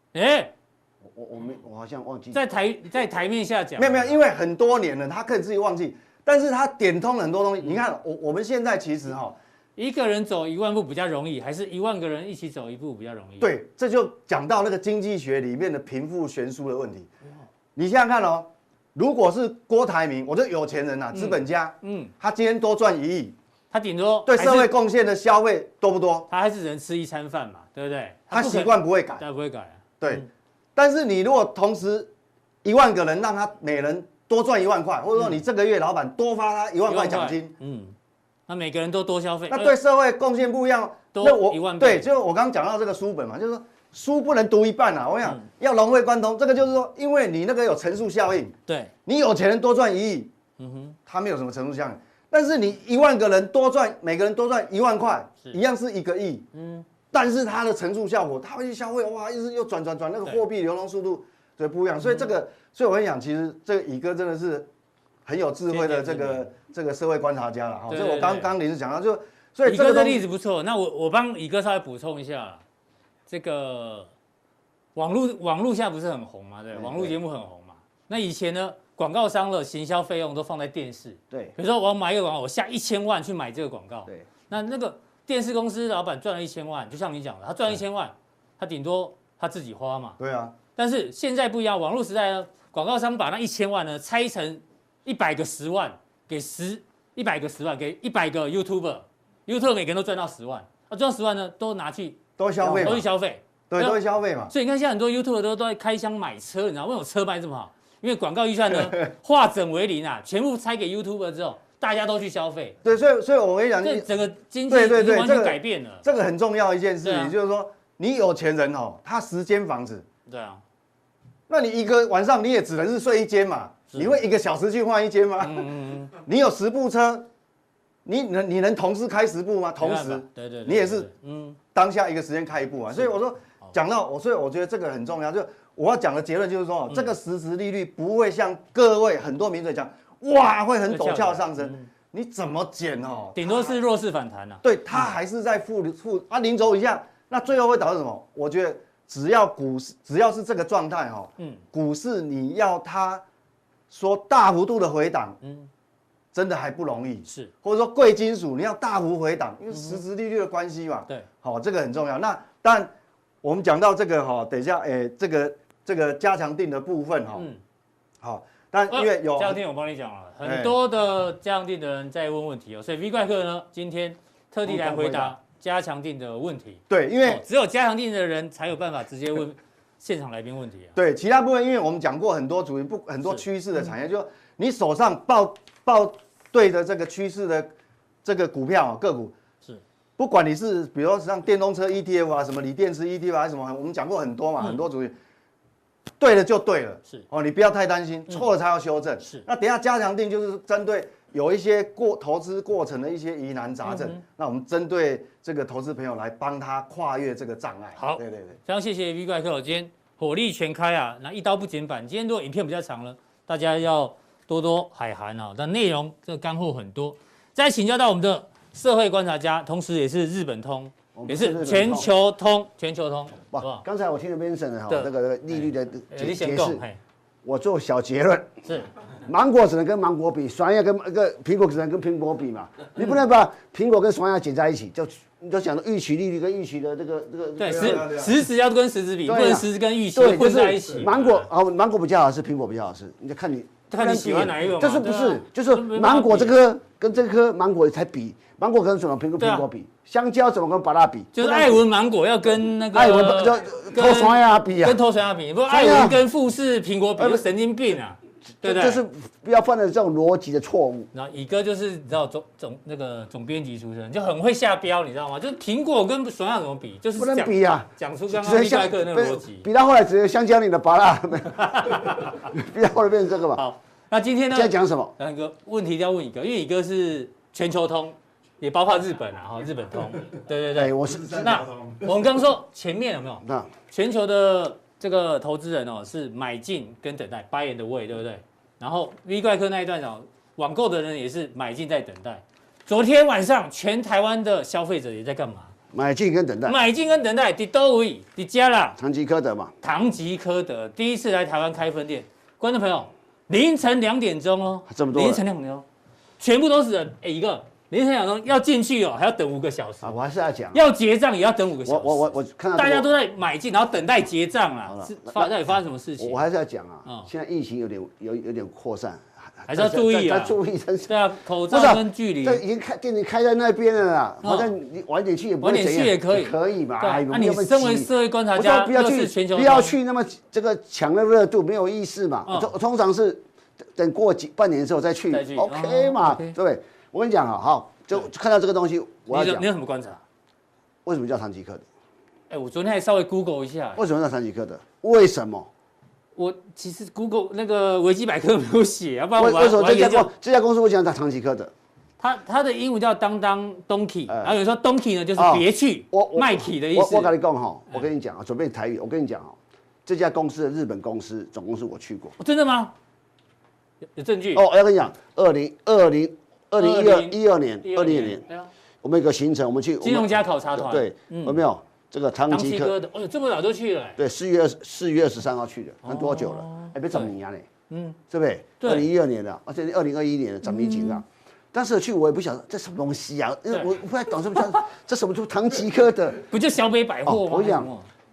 我好像忘记在台面下讲， 没有，因为很多年了，他可以自己忘记，但是他点通了很多东西。你看我们现在其实一个人走1万步比较容易，还是1万个人一起走1步比较容易？ 对，这就讲到那个经济学里面的贫富悬殊的问题。你想想看如果是郭台铭，我这有钱人资本家，他今天多赚1亿， 他顶多对社会贡献的消费多不多？ 他还是只能吃1餐饭嘛，对不对？ 他习惯不会改， 不会改对。但是你如果同时1万个人让他每人多赚1万块，或者说你这个月老板多发他1万块奖金， 那每个人都多消费， 那对社会贡献不一样。 多1万倍。对，就是我刚刚讲到这个书本嘛，就是说书不能读一半我想要融会贯通，这个就是说，因为你那个有乘数效应，对，你有钱人多赚1亿，他没有什么乘数效应，但是你1万个人每个人多赚1万块，一样是1个亿，但是它的乘数效果，它会去消费，哇，又转，那个货币流通速度对不一样，所以我跟你讲，其实这个乙哥真的是很有智慧的这个社会观察家了所以我刚临时讲到所以乙哥的例子不错，那我帮乙哥稍微补充一下，这个网络现在不是很红嘛，对，网络节目很红嘛，那以前呢，广告商的行销费用都放在电视，对，比如说我要买一个广告，我下1000万去买这个广告，对，那个电视公司老板赚了1000万，就像你讲的，他赚1000万， 他顶多他自己花嘛。 对啊， 但是现在不一样，网络时代呢，广告商把那1000万呢拆成100个10万，给100个10万给100个 YouTuber 每个人都赚到10万，赚到10万呢都拿去都消费嘛， 都去消费， 对，都会消费嘛。 所以你看现在很多 YouTuber 都在开箱买车，你知道为什么车卖这么好？因为广告预算呢化整为零啊，全部拆给 YouTuber 之后，大家都去消费。 对，所以我跟你讲， 这整个经济对完全改变了。 这个很重要一件事情，就是说你有钱人哦，他10间房子， 对啊， 那你一个晚上你也只能是睡1间嘛，你会1个小时去换1间吗？你有10部车，你能同时开10部吗？同时， 对， 你也是当下一个时间开1部啊。所以我说讲到所以我觉得这个很重要，就我要讲的结论就是说，这个实质利率不会像各位很多名嘴讲，哇，会很陡峭上升，你怎么减哦？ 顶多是弱势反弹啊。 对，它还是在负0轴以下，那最后会导致什么？我觉得只要股市只要是这个状态哈，股市你要它说大幅度的回档，真的还不容易。 是， 或者说贵金属你要大幅回档，因为实质利率的关系嘛。 对， 好，这个很重要。那但我们讲到这个哈，等一下，这个加强定的部分哈，好，但因为有加强定，我帮你讲了，很多的加强定的人在问问题哦，所以 V 怪客呢今天特地来回答加强定的问题。 对，因为只有加强定的人才有办法直接问现场来宾问题啊。 对，其他部分因为我们讲过很多很多趋势的产业，就你手上报对的这个趋势的这个股票个股。不管你是比如说像电动车 ETF 啊，什么锂电池 ETF 啊，什么我们讲过很多嘛，很多主题，对了就对了，是哦，你不要太担心，错了才要修正。是，那等一下加强定就是针对有一些投资过程的一些疑难杂症，那我们针对这个投资朋友来帮他跨越这个障碍。 好，对，非常谢谢 V 怪客，今天火力全开啊，那一刀不剪版。今天如果影片比较长了，大家要多多海涵啊，但内容这个干货很多。再请教到我们的社会观察家，同时也是日本通，也是全球通。 哇！刚才我听了 Vincent 哈，这个利率的解释，我做小结论是： 芒果只能跟芒果比，酸亚跟苹果只能跟苹果比嘛。你不能把苹果跟酸亚剪在一起，你就讲到预期利率跟预期的这个对实质要跟实质比，不能实质跟预期混在一起。 芒果比较好吃，苹果比较好吃，你就看你喜欢哪一个嘛？ 这是不是？就是芒果这颗跟这颗芒果才比。芒果跟什么苹果比？香蕉怎么跟芭乐比？ 就是艾文芒果要跟那个艾文偷酸亚比啊， 跟偷酸亚比，不艾文跟富士苹果比，神经病啊，对不对？ 这是不要犯了这种逻辑的错误。 然后乙哥就是你知道总编辑出身，就很会下标，你知道吗？就是苹果跟酸亚怎么比，就是不能比啊， 讲出刚刚V怪客那个逻辑。 比到后来只有香蕉里的芭乐，比到后来变成这个嘛。 好，那今天呢？ 现在讲什么？ 那个问题要问乙哥，因为乙哥是全球通。也包括日本啊，日本通，对， 我是那我们刚说前面有没有？ 那全球的这个投资人哦是买进跟等待 ，buy and wait， 对不对？然后 V 怪客那一段哦，网购的人也是买进在等待。昨天晚上全台湾的消费者也在干嘛？ 买进跟等待。 买进跟等待，在多位，在家啦。 唐吉诃德嘛。 唐吉诃德第一次来台湾开分店，观众朋友，凌晨2点钟哦， 这么多， 凌晨2点钟，全部都是人，一个。凌晨2点钟要进去哦，还要等5个小时啊！我还是要讲， 要结账也要等5个小时。 我看到大家都在买进，然后等待结账啦。到底发生什么事情？ 我还是要讲啊，现在疫情有点扩散， 还是要注意啊！ 要注意， 对啊，口罩跟距离。 这已经店里开在那边了啦，反正你晚点去也不会怎样。晚点去也可以， 可以嘛？ 那你身为社会观察家， 不要去那么这个抢的热度，没有意思嘛。通常是等过半年之后再去 ，OK 嘛？对不对？我跟你讲啊，好。就看到这个东西，我要讲。 你有什么观察？ 为什么叫唐吉诃德？ 我昨天还稍微 Google 一下。 为什么叫唐吉诃德？为什么？ 我其实 Google 那个维基百科没有写，要不然为什么这家公司会讲唐吉诃德？ 它的英文叫当 Donkey， 然后有人说 Donkey 呢就是别去卖起的意思。 我跟你讲哈，我跟你讲啊，准备台语，我跟你讲哦，这家公司的日本公司总公司我去过。 真的吗？有证据？ 要跟你讲2012年，我们有个行程，我们去金融家考察团， 对，有没有这个唐吉诃德？ 这么早就去了？ 对，4月23号去的，看多久了？别10年嘞，对不对？2012年的，而且2021年的10年前啊。当时去我也不晓得这什么东西啊，因为我不太懂什么叫这什么就唐吉诃德， 不就小北百货吗？ 我讲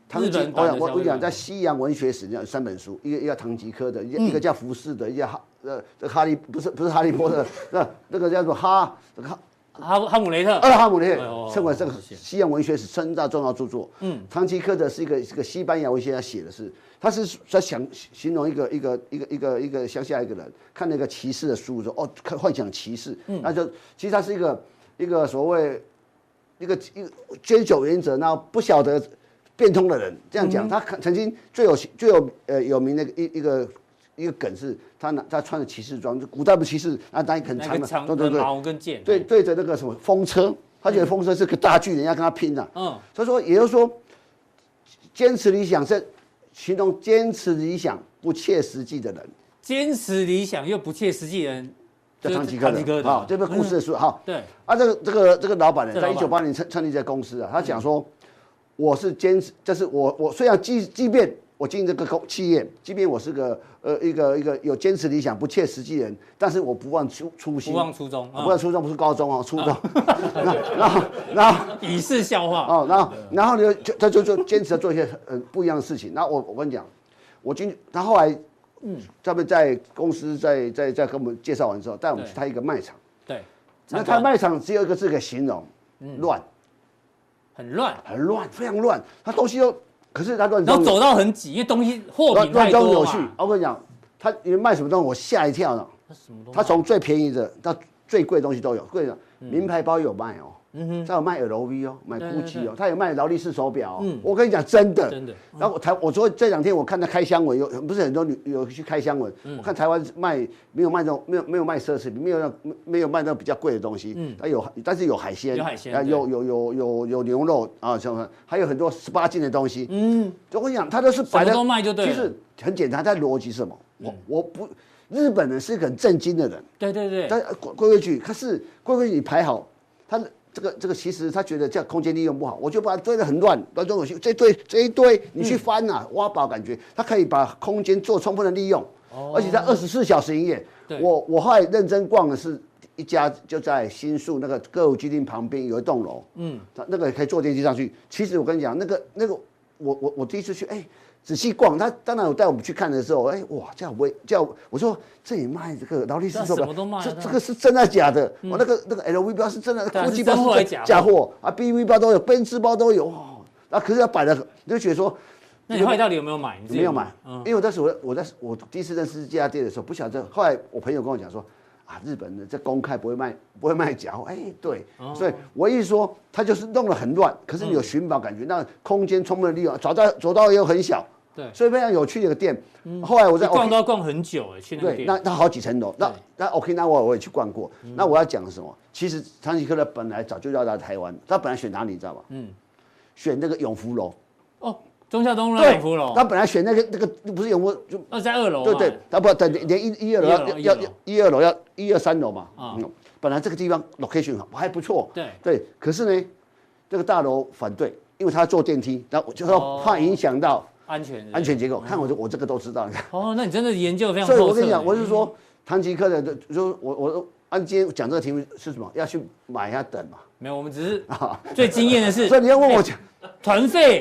日本版的我讲在西洋文学史有3本书，一个叫堂吉诃德，一个叫福士的，一个哈利不是哈利波特，那个叫做哈姆雷特， 哈姆雷特称为这个西洋文学史3大重要著作。堂吉诃德是一个西班牙文学家写的是，他是在形容一个乡下一个人看那个骑士的书说哦，幻想骑士，那就其实他是一个所谓一个坚守原则，然后不晓得变通的人，这样讲，他曾经最有名的一个梗是，他穿着骑士装，古代不骑士，然后拿很长的对矛跟剑， 对着那个什么风车，他觉得风车是个大巨人，要跟他拼的。所以说，也就是说，坚持理想是形容坚持理想不切实际的人， 坚持理想又不切实际的人。 叫堂吉诃德，好，这本故事的书，好， 对啊，这个老板呢，在1980年成立这公司啊，他讲说，我是坚持，就是我虽然即便我经营这个企业，即便我是一个有坚持理想不切实际的人，但是我不忘初心， 不忘初衷， 不忘初衷不是高中哦，初中，然后以示笑话哦，然后呢他就坚持做一些不一样的事情，那我跟你讲，他后来。他们在公司在跟我们介绍完之后，带我们去他一个卖场。 对， 那他卖场只有一个字可以形容，乱， 很乱， 非常乱。他东西可是他乱， 然后走到很挤，因为东西货品太多嘛。 有趣。我跟你讲，他卖什么东西，我吓一跳呢。他从最便宜的到最贵的东西都有，贵的名牌包有卖哦。他有卖 LV 哦，卖 GUCCI 哦，他有卖劳力士手表哦。我跟你讲，真的。然后我说这2天我看他开箱文，不是很多有去开箱文。我看台湾没有卖这种没有卖奢侈品，没有卖那种比较贵的东西。但是有海鲜，有牛肉啊，什么还有很多18禁的东西。我跟你讲，他都是摆的， 都卖就对了。 其实很简单，他的逻辑是什么？我不，日本人是一个很正经的人。 对。 但规矩，可是规矩你排好，他。这个其实他觉得这样空间利用不好，我就把它堆得很乱，乱中有序。这一堆你去翻啊，挖宝感觉，他可以把空间做充分的利用，而且在24小时营业。我后来认真逛的是一家就在新宿那个歌舞伎町旁边有一栋楼，那个可以坐电梯上去。其实我跟你讲，那个我第一次去，仔细逛，他当然有带我们去看的时候，哇，我说这里卖这个劳力士手表，这个是真的假的？我那个 LV 包是真的，GUCCI 包是假货啊 ，BV 包都有，奔驰包都有，那可是他摆的，你就觉得说， 那你后来到底有没有买？ 没有买，因为我当时我第一次认识这家店的时候，不晓得，后来我朋友跟我讲说。日本人这公开不会卖假货，对，所以我一说他就是弄得很乱，可是你有寻宝感觉，那空间充分利用，走道又很小， 对， 所以非常有趣的一个店。后来我在逛都要逛很久去那个店， 对，那好几层楼，那 Okinawa 我也去逛过。那我要讲的是什么？其实堂吉诃德本来早就要来台湾，他本来选哪里你知道吗？选那个永福楼。 忠孝东路永福楼， 他本来选那个不是永福， 就在2楼。 对，他不等连1、2楼要1、2楼要1、2、3楼嘛。本来这个地方 location 还不错。对，可是呢，这个大楼反对，因为他坐电梯，然后就说怕影响到安全结构。看我这个都知道。 那你真的研究非常透彻。 所以我跟你讲，我是说堂吉诃德的，就我按今天讲这个题目是什么？要去买要等嘛？ 没有，我们只是最惊艳的是， 所以你要问我讲。 团费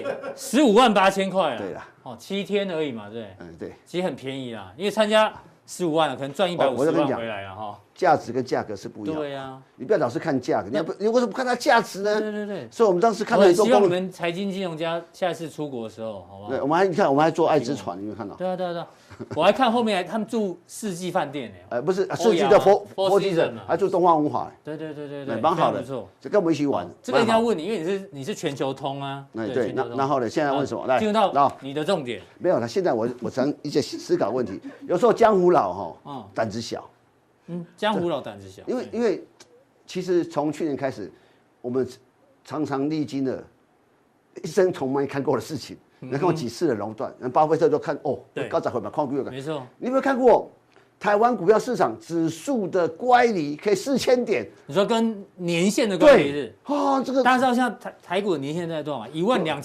158000块啊！ 对啦 ，7天而已嘛，对。 对， 其实很便宜啦，因为参加15万了，可能赚150万回来了哈。 价值跟价格是不一样。 对呀， 你不要老是看价格，你为什么不看它价值呢？ 对。 所以我们当时看到很多。 希望我们财经金融家下一次出国的时候，好不好？ 对，我们还做爱之船，你有没有看到？ 对。我还看后面他们住4季饭店呢。 不是4季的 Four Seasons，还住东方文华。 对， 蛮好的， 不错。 就跟我们一起玩。 这个一定要问你，因为你是全球通啊。 对，然后呢？现在问什么？来， 进入到你的重点。 没有了，现在我常一些思考问题。有时候江湖老胆子小。 江湖老胆子小。 因为其实从去年开始，我们常常历经了一生从没看过的事情。你看过几次的熔断？巴菲特都看高涨回嘛，看过没错。 你有没有看过台湾股票市场指数的乖离可以4000点？ 你说跟年线的乖离是？ 这个大家知道现在台股的年线在多少吗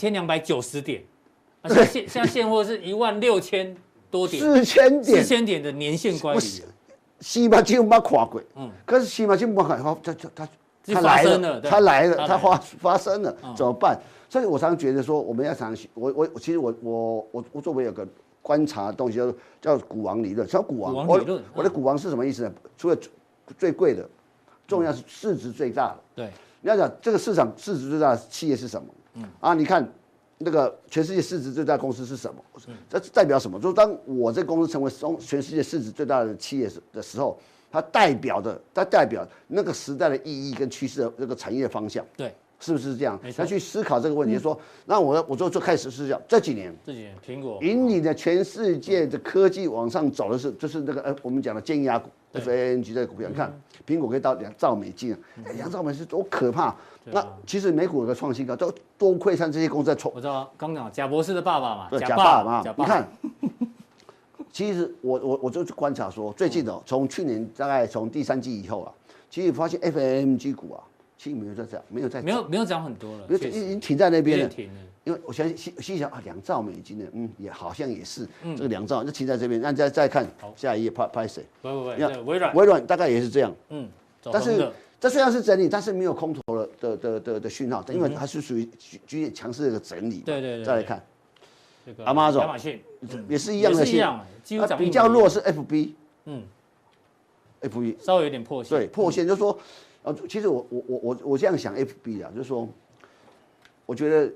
？12290点，像现货是16000多点，4000点的年线乖离。 西马金没跨过，可是西马金没看， 它来了，它发生了，怎么办？所以我常常觉得说，我们要常其实我作为有个观察的东西叫股王理论，叫股王我的股王是什么意思呢？除了最贵的，重要是市值最大的。 对， 你要讲这个市场市值最大的企业是什么？你看那个全世界市值最大的公司是什么？这代表什么？就是当我这公司成为全世界市值最大的企业的时候，它代表那个时代的意义跟趋势的这个产业方向。 对。 是不是这样？要去思考这个问题，说，那我就开始思考，这几年苹果引领的全世界的科技往上走的就是那个我们讲的尖牙股 FANG 这个股票，你看苹果可以到2兆美金，2兆美金多可怕！那其实美股有个创新高，都多亏上这些公司在冲。 我知道，刚讲贾博士的爸爸嘛， 贾爸嘛，你看，其实我就去观察说，最近从去年大概从第3季以后啊，其实发现 FANG 股啊。其实没有涨很多了，已经停在那边了。因为我心想啊，2兆美金呢，也好像也是这个2兆就停在这边。那再看下一页，拍谁？ 不， 微软大概也是这样。 但是这虽然是整理，但是没有空头的讯号，因为它是属于居于强势的一个整理。 对。 再来看亚马逊也是一样的，比较弱是 FB。FB 稍微有点破线。 对，破线就是说。其实我这样想 FB 啊，就是说，我觉得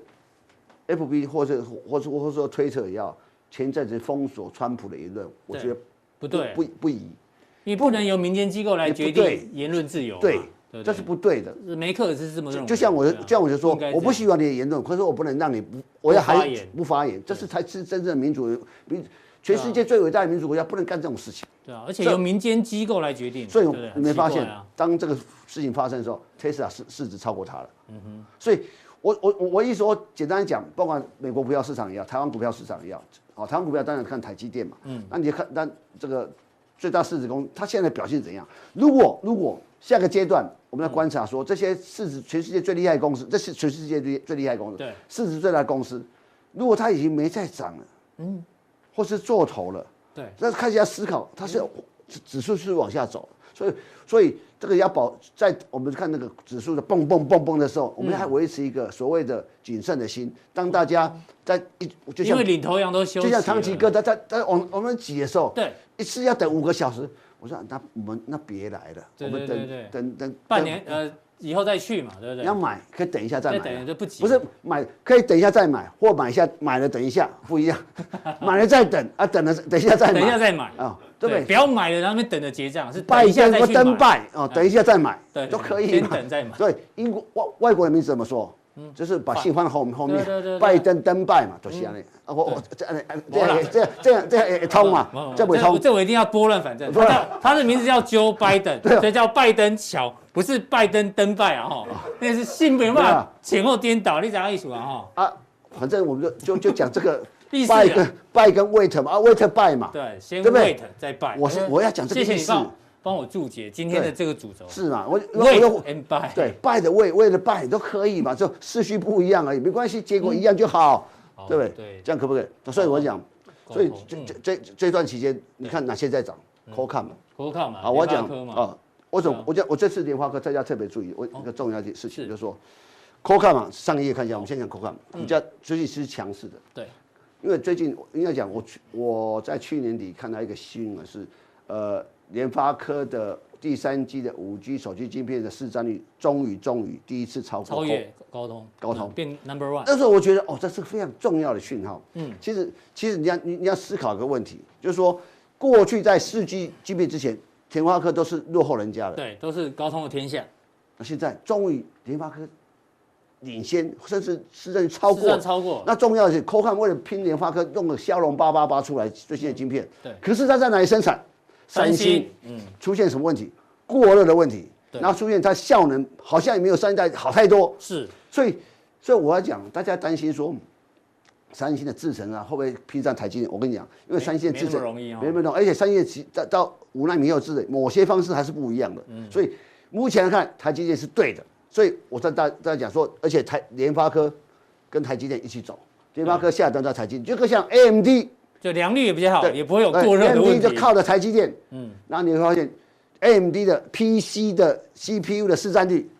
FB 或者说推特也要前阵子封锁川普的言论，我觉得不对， 不宜， 你不能由民间机构来决定言论自由， 对，这是不对的。 梅克是这么认为。 就像我就说，我不喜欢你的言论，可是我不能让你我要还不发言，这是才是真正的民主。全世界最伟大的民主国家不能干这种事情。 对啊，而且由民间机构来决定。 所以你没发现，当这个事情发生的时候 ，Tesla 市值超过它了。所以我一说，简单讲，不管美国股票市场也好，台湾股票市场也好，台湾股票当然看台积电嘛。那你看，那这个最大市值公司，它现在表现怎样？如果下个阶段我们要观察说，这些市值全世界最厉害的公司，这是全世界最厉害的公司，市值最大的公司，如果它已经没再涨了，或是做头了，对，那开始要思考，它是指数是往下走，所以这个要在我们看那个指数的蹦蹦的时候，我们还维持一个所谓的谨慎的心。当大家就像因为领头羊都休息， 就像长期哥在我们挤的时候，对，一次要等5个小时，我说那别来了，我们等半年以后再去嘛，对不对？ 要买可以等一下再买， 等不急。 不是买可以等一下再买，或买了等一下不一样，买了再等啊，等一下再买啊，对不对？ 不要买了然后那边等着结账，是拜登或登拜哦，等一下再买， 对， 都可以， 先等再买。 对，英国外国人名字怎么说？就是把姓放后面，拜登登拜嘛，就是这样的。我这样也通嘛，这不通。 这我一定要拨乱反正。他的名字叫 Joe Biden， 所以叫拜登桥，不是拜登登拜啊哈。那是姓没办法前后颠倒，你怎样意思啊哈？ 反正我们就讲这个拜跟 wait 嘛，wait 拜嘛。 对，先 wait 再拜。 我要讲这个意思。 帮我注解今天的这个主轴是嘛？ wait and buy， 对，拜的为了拜都可以嘛，就次序不一样而已，没关系，结果一样就好，对不对？对，这样可不可以？所以我讲，所以这段期间，你看哪些在涨 ？Qualcomm 嘛， 好，我讲啊，我这次联发科大家特别注意，我一个重要的事情就是说 ，Qualcomm 上一页看一下，我们先讲 Qualcomm， 股价最近是强势的， 对， 因为最近应该讲我在去年底看到一个新闻是，联发科的第3季的5G 手机晶片的市占率终于第一次超越高通，变 No.1。 那时候我觉得这是非常重要的讯号。其实你要思考一个问题，就是说过去在4G 晶片之前，联发科都是落后人家的， 对，都是高通的天下。 那现在终于联发科领先，甚至市占率超过。那重要的是 Qualcomm 为了拼联发科，用了骁龙888出来最新的晶片。对，可是它在哪里生产？三星出现什么问题？过热的问题，然后出现它效能好像也没有上一代好太多。 是， 所以我要讲，大家担心说，三星的制程会不会拼上台积电？我跟你讲，因为三星的制程没那么容易没那么容易，而且三星到5奈米以后制程，某些方式还是不一样的。所以目前来看，台积电是对的。所以我在大家讲说，而且联发科跟台积电一起走，联发科下端到台积电，就像 AMD。 就良率也比较好，也不会有过热的问题。 AMD 就靠着台积电，然后你会发现 AMD 的 PC 的 CPU 的市占率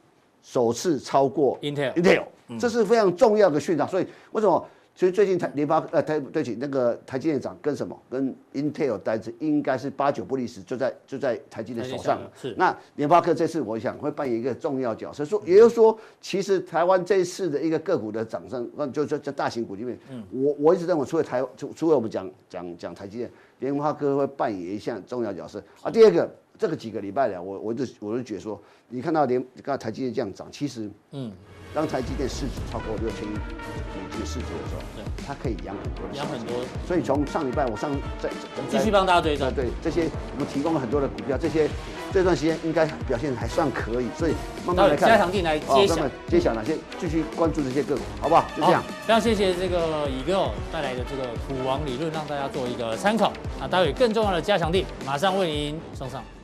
首次超过 Intel， 这是非常重要的讯号。所以为什么？所以最近对不起，那个台积电涨跟什么？跟 Intel 单子应该是8、9不离10，就在台积电手上。 是。 那联发科这次我想会扮演一个重要角色。也就是说，其实台湾这一次的一个个股的涨升，就大型股里面，我一直认为除了我们讲台积电，联发科会扮演一项重要角色啊。第二个，这个几个礼拜来，我就觉得说，你看到刚才台积电这样涨，其实当台积电市值超过6000亿美金市值的时候，它可以养很多，所以从上礼拜我继续帮大家追踪， 对这些我们提供了很多的股票，这段时间应该表现还算可以，所以慢慢来看加强定来揭晓哪些，继续关注这些个股，好不好？就这样。 非常谢谢这个乙哥带来的这个股王理论，让大家做一个参考。那待会更重要的加强定马上为您送上。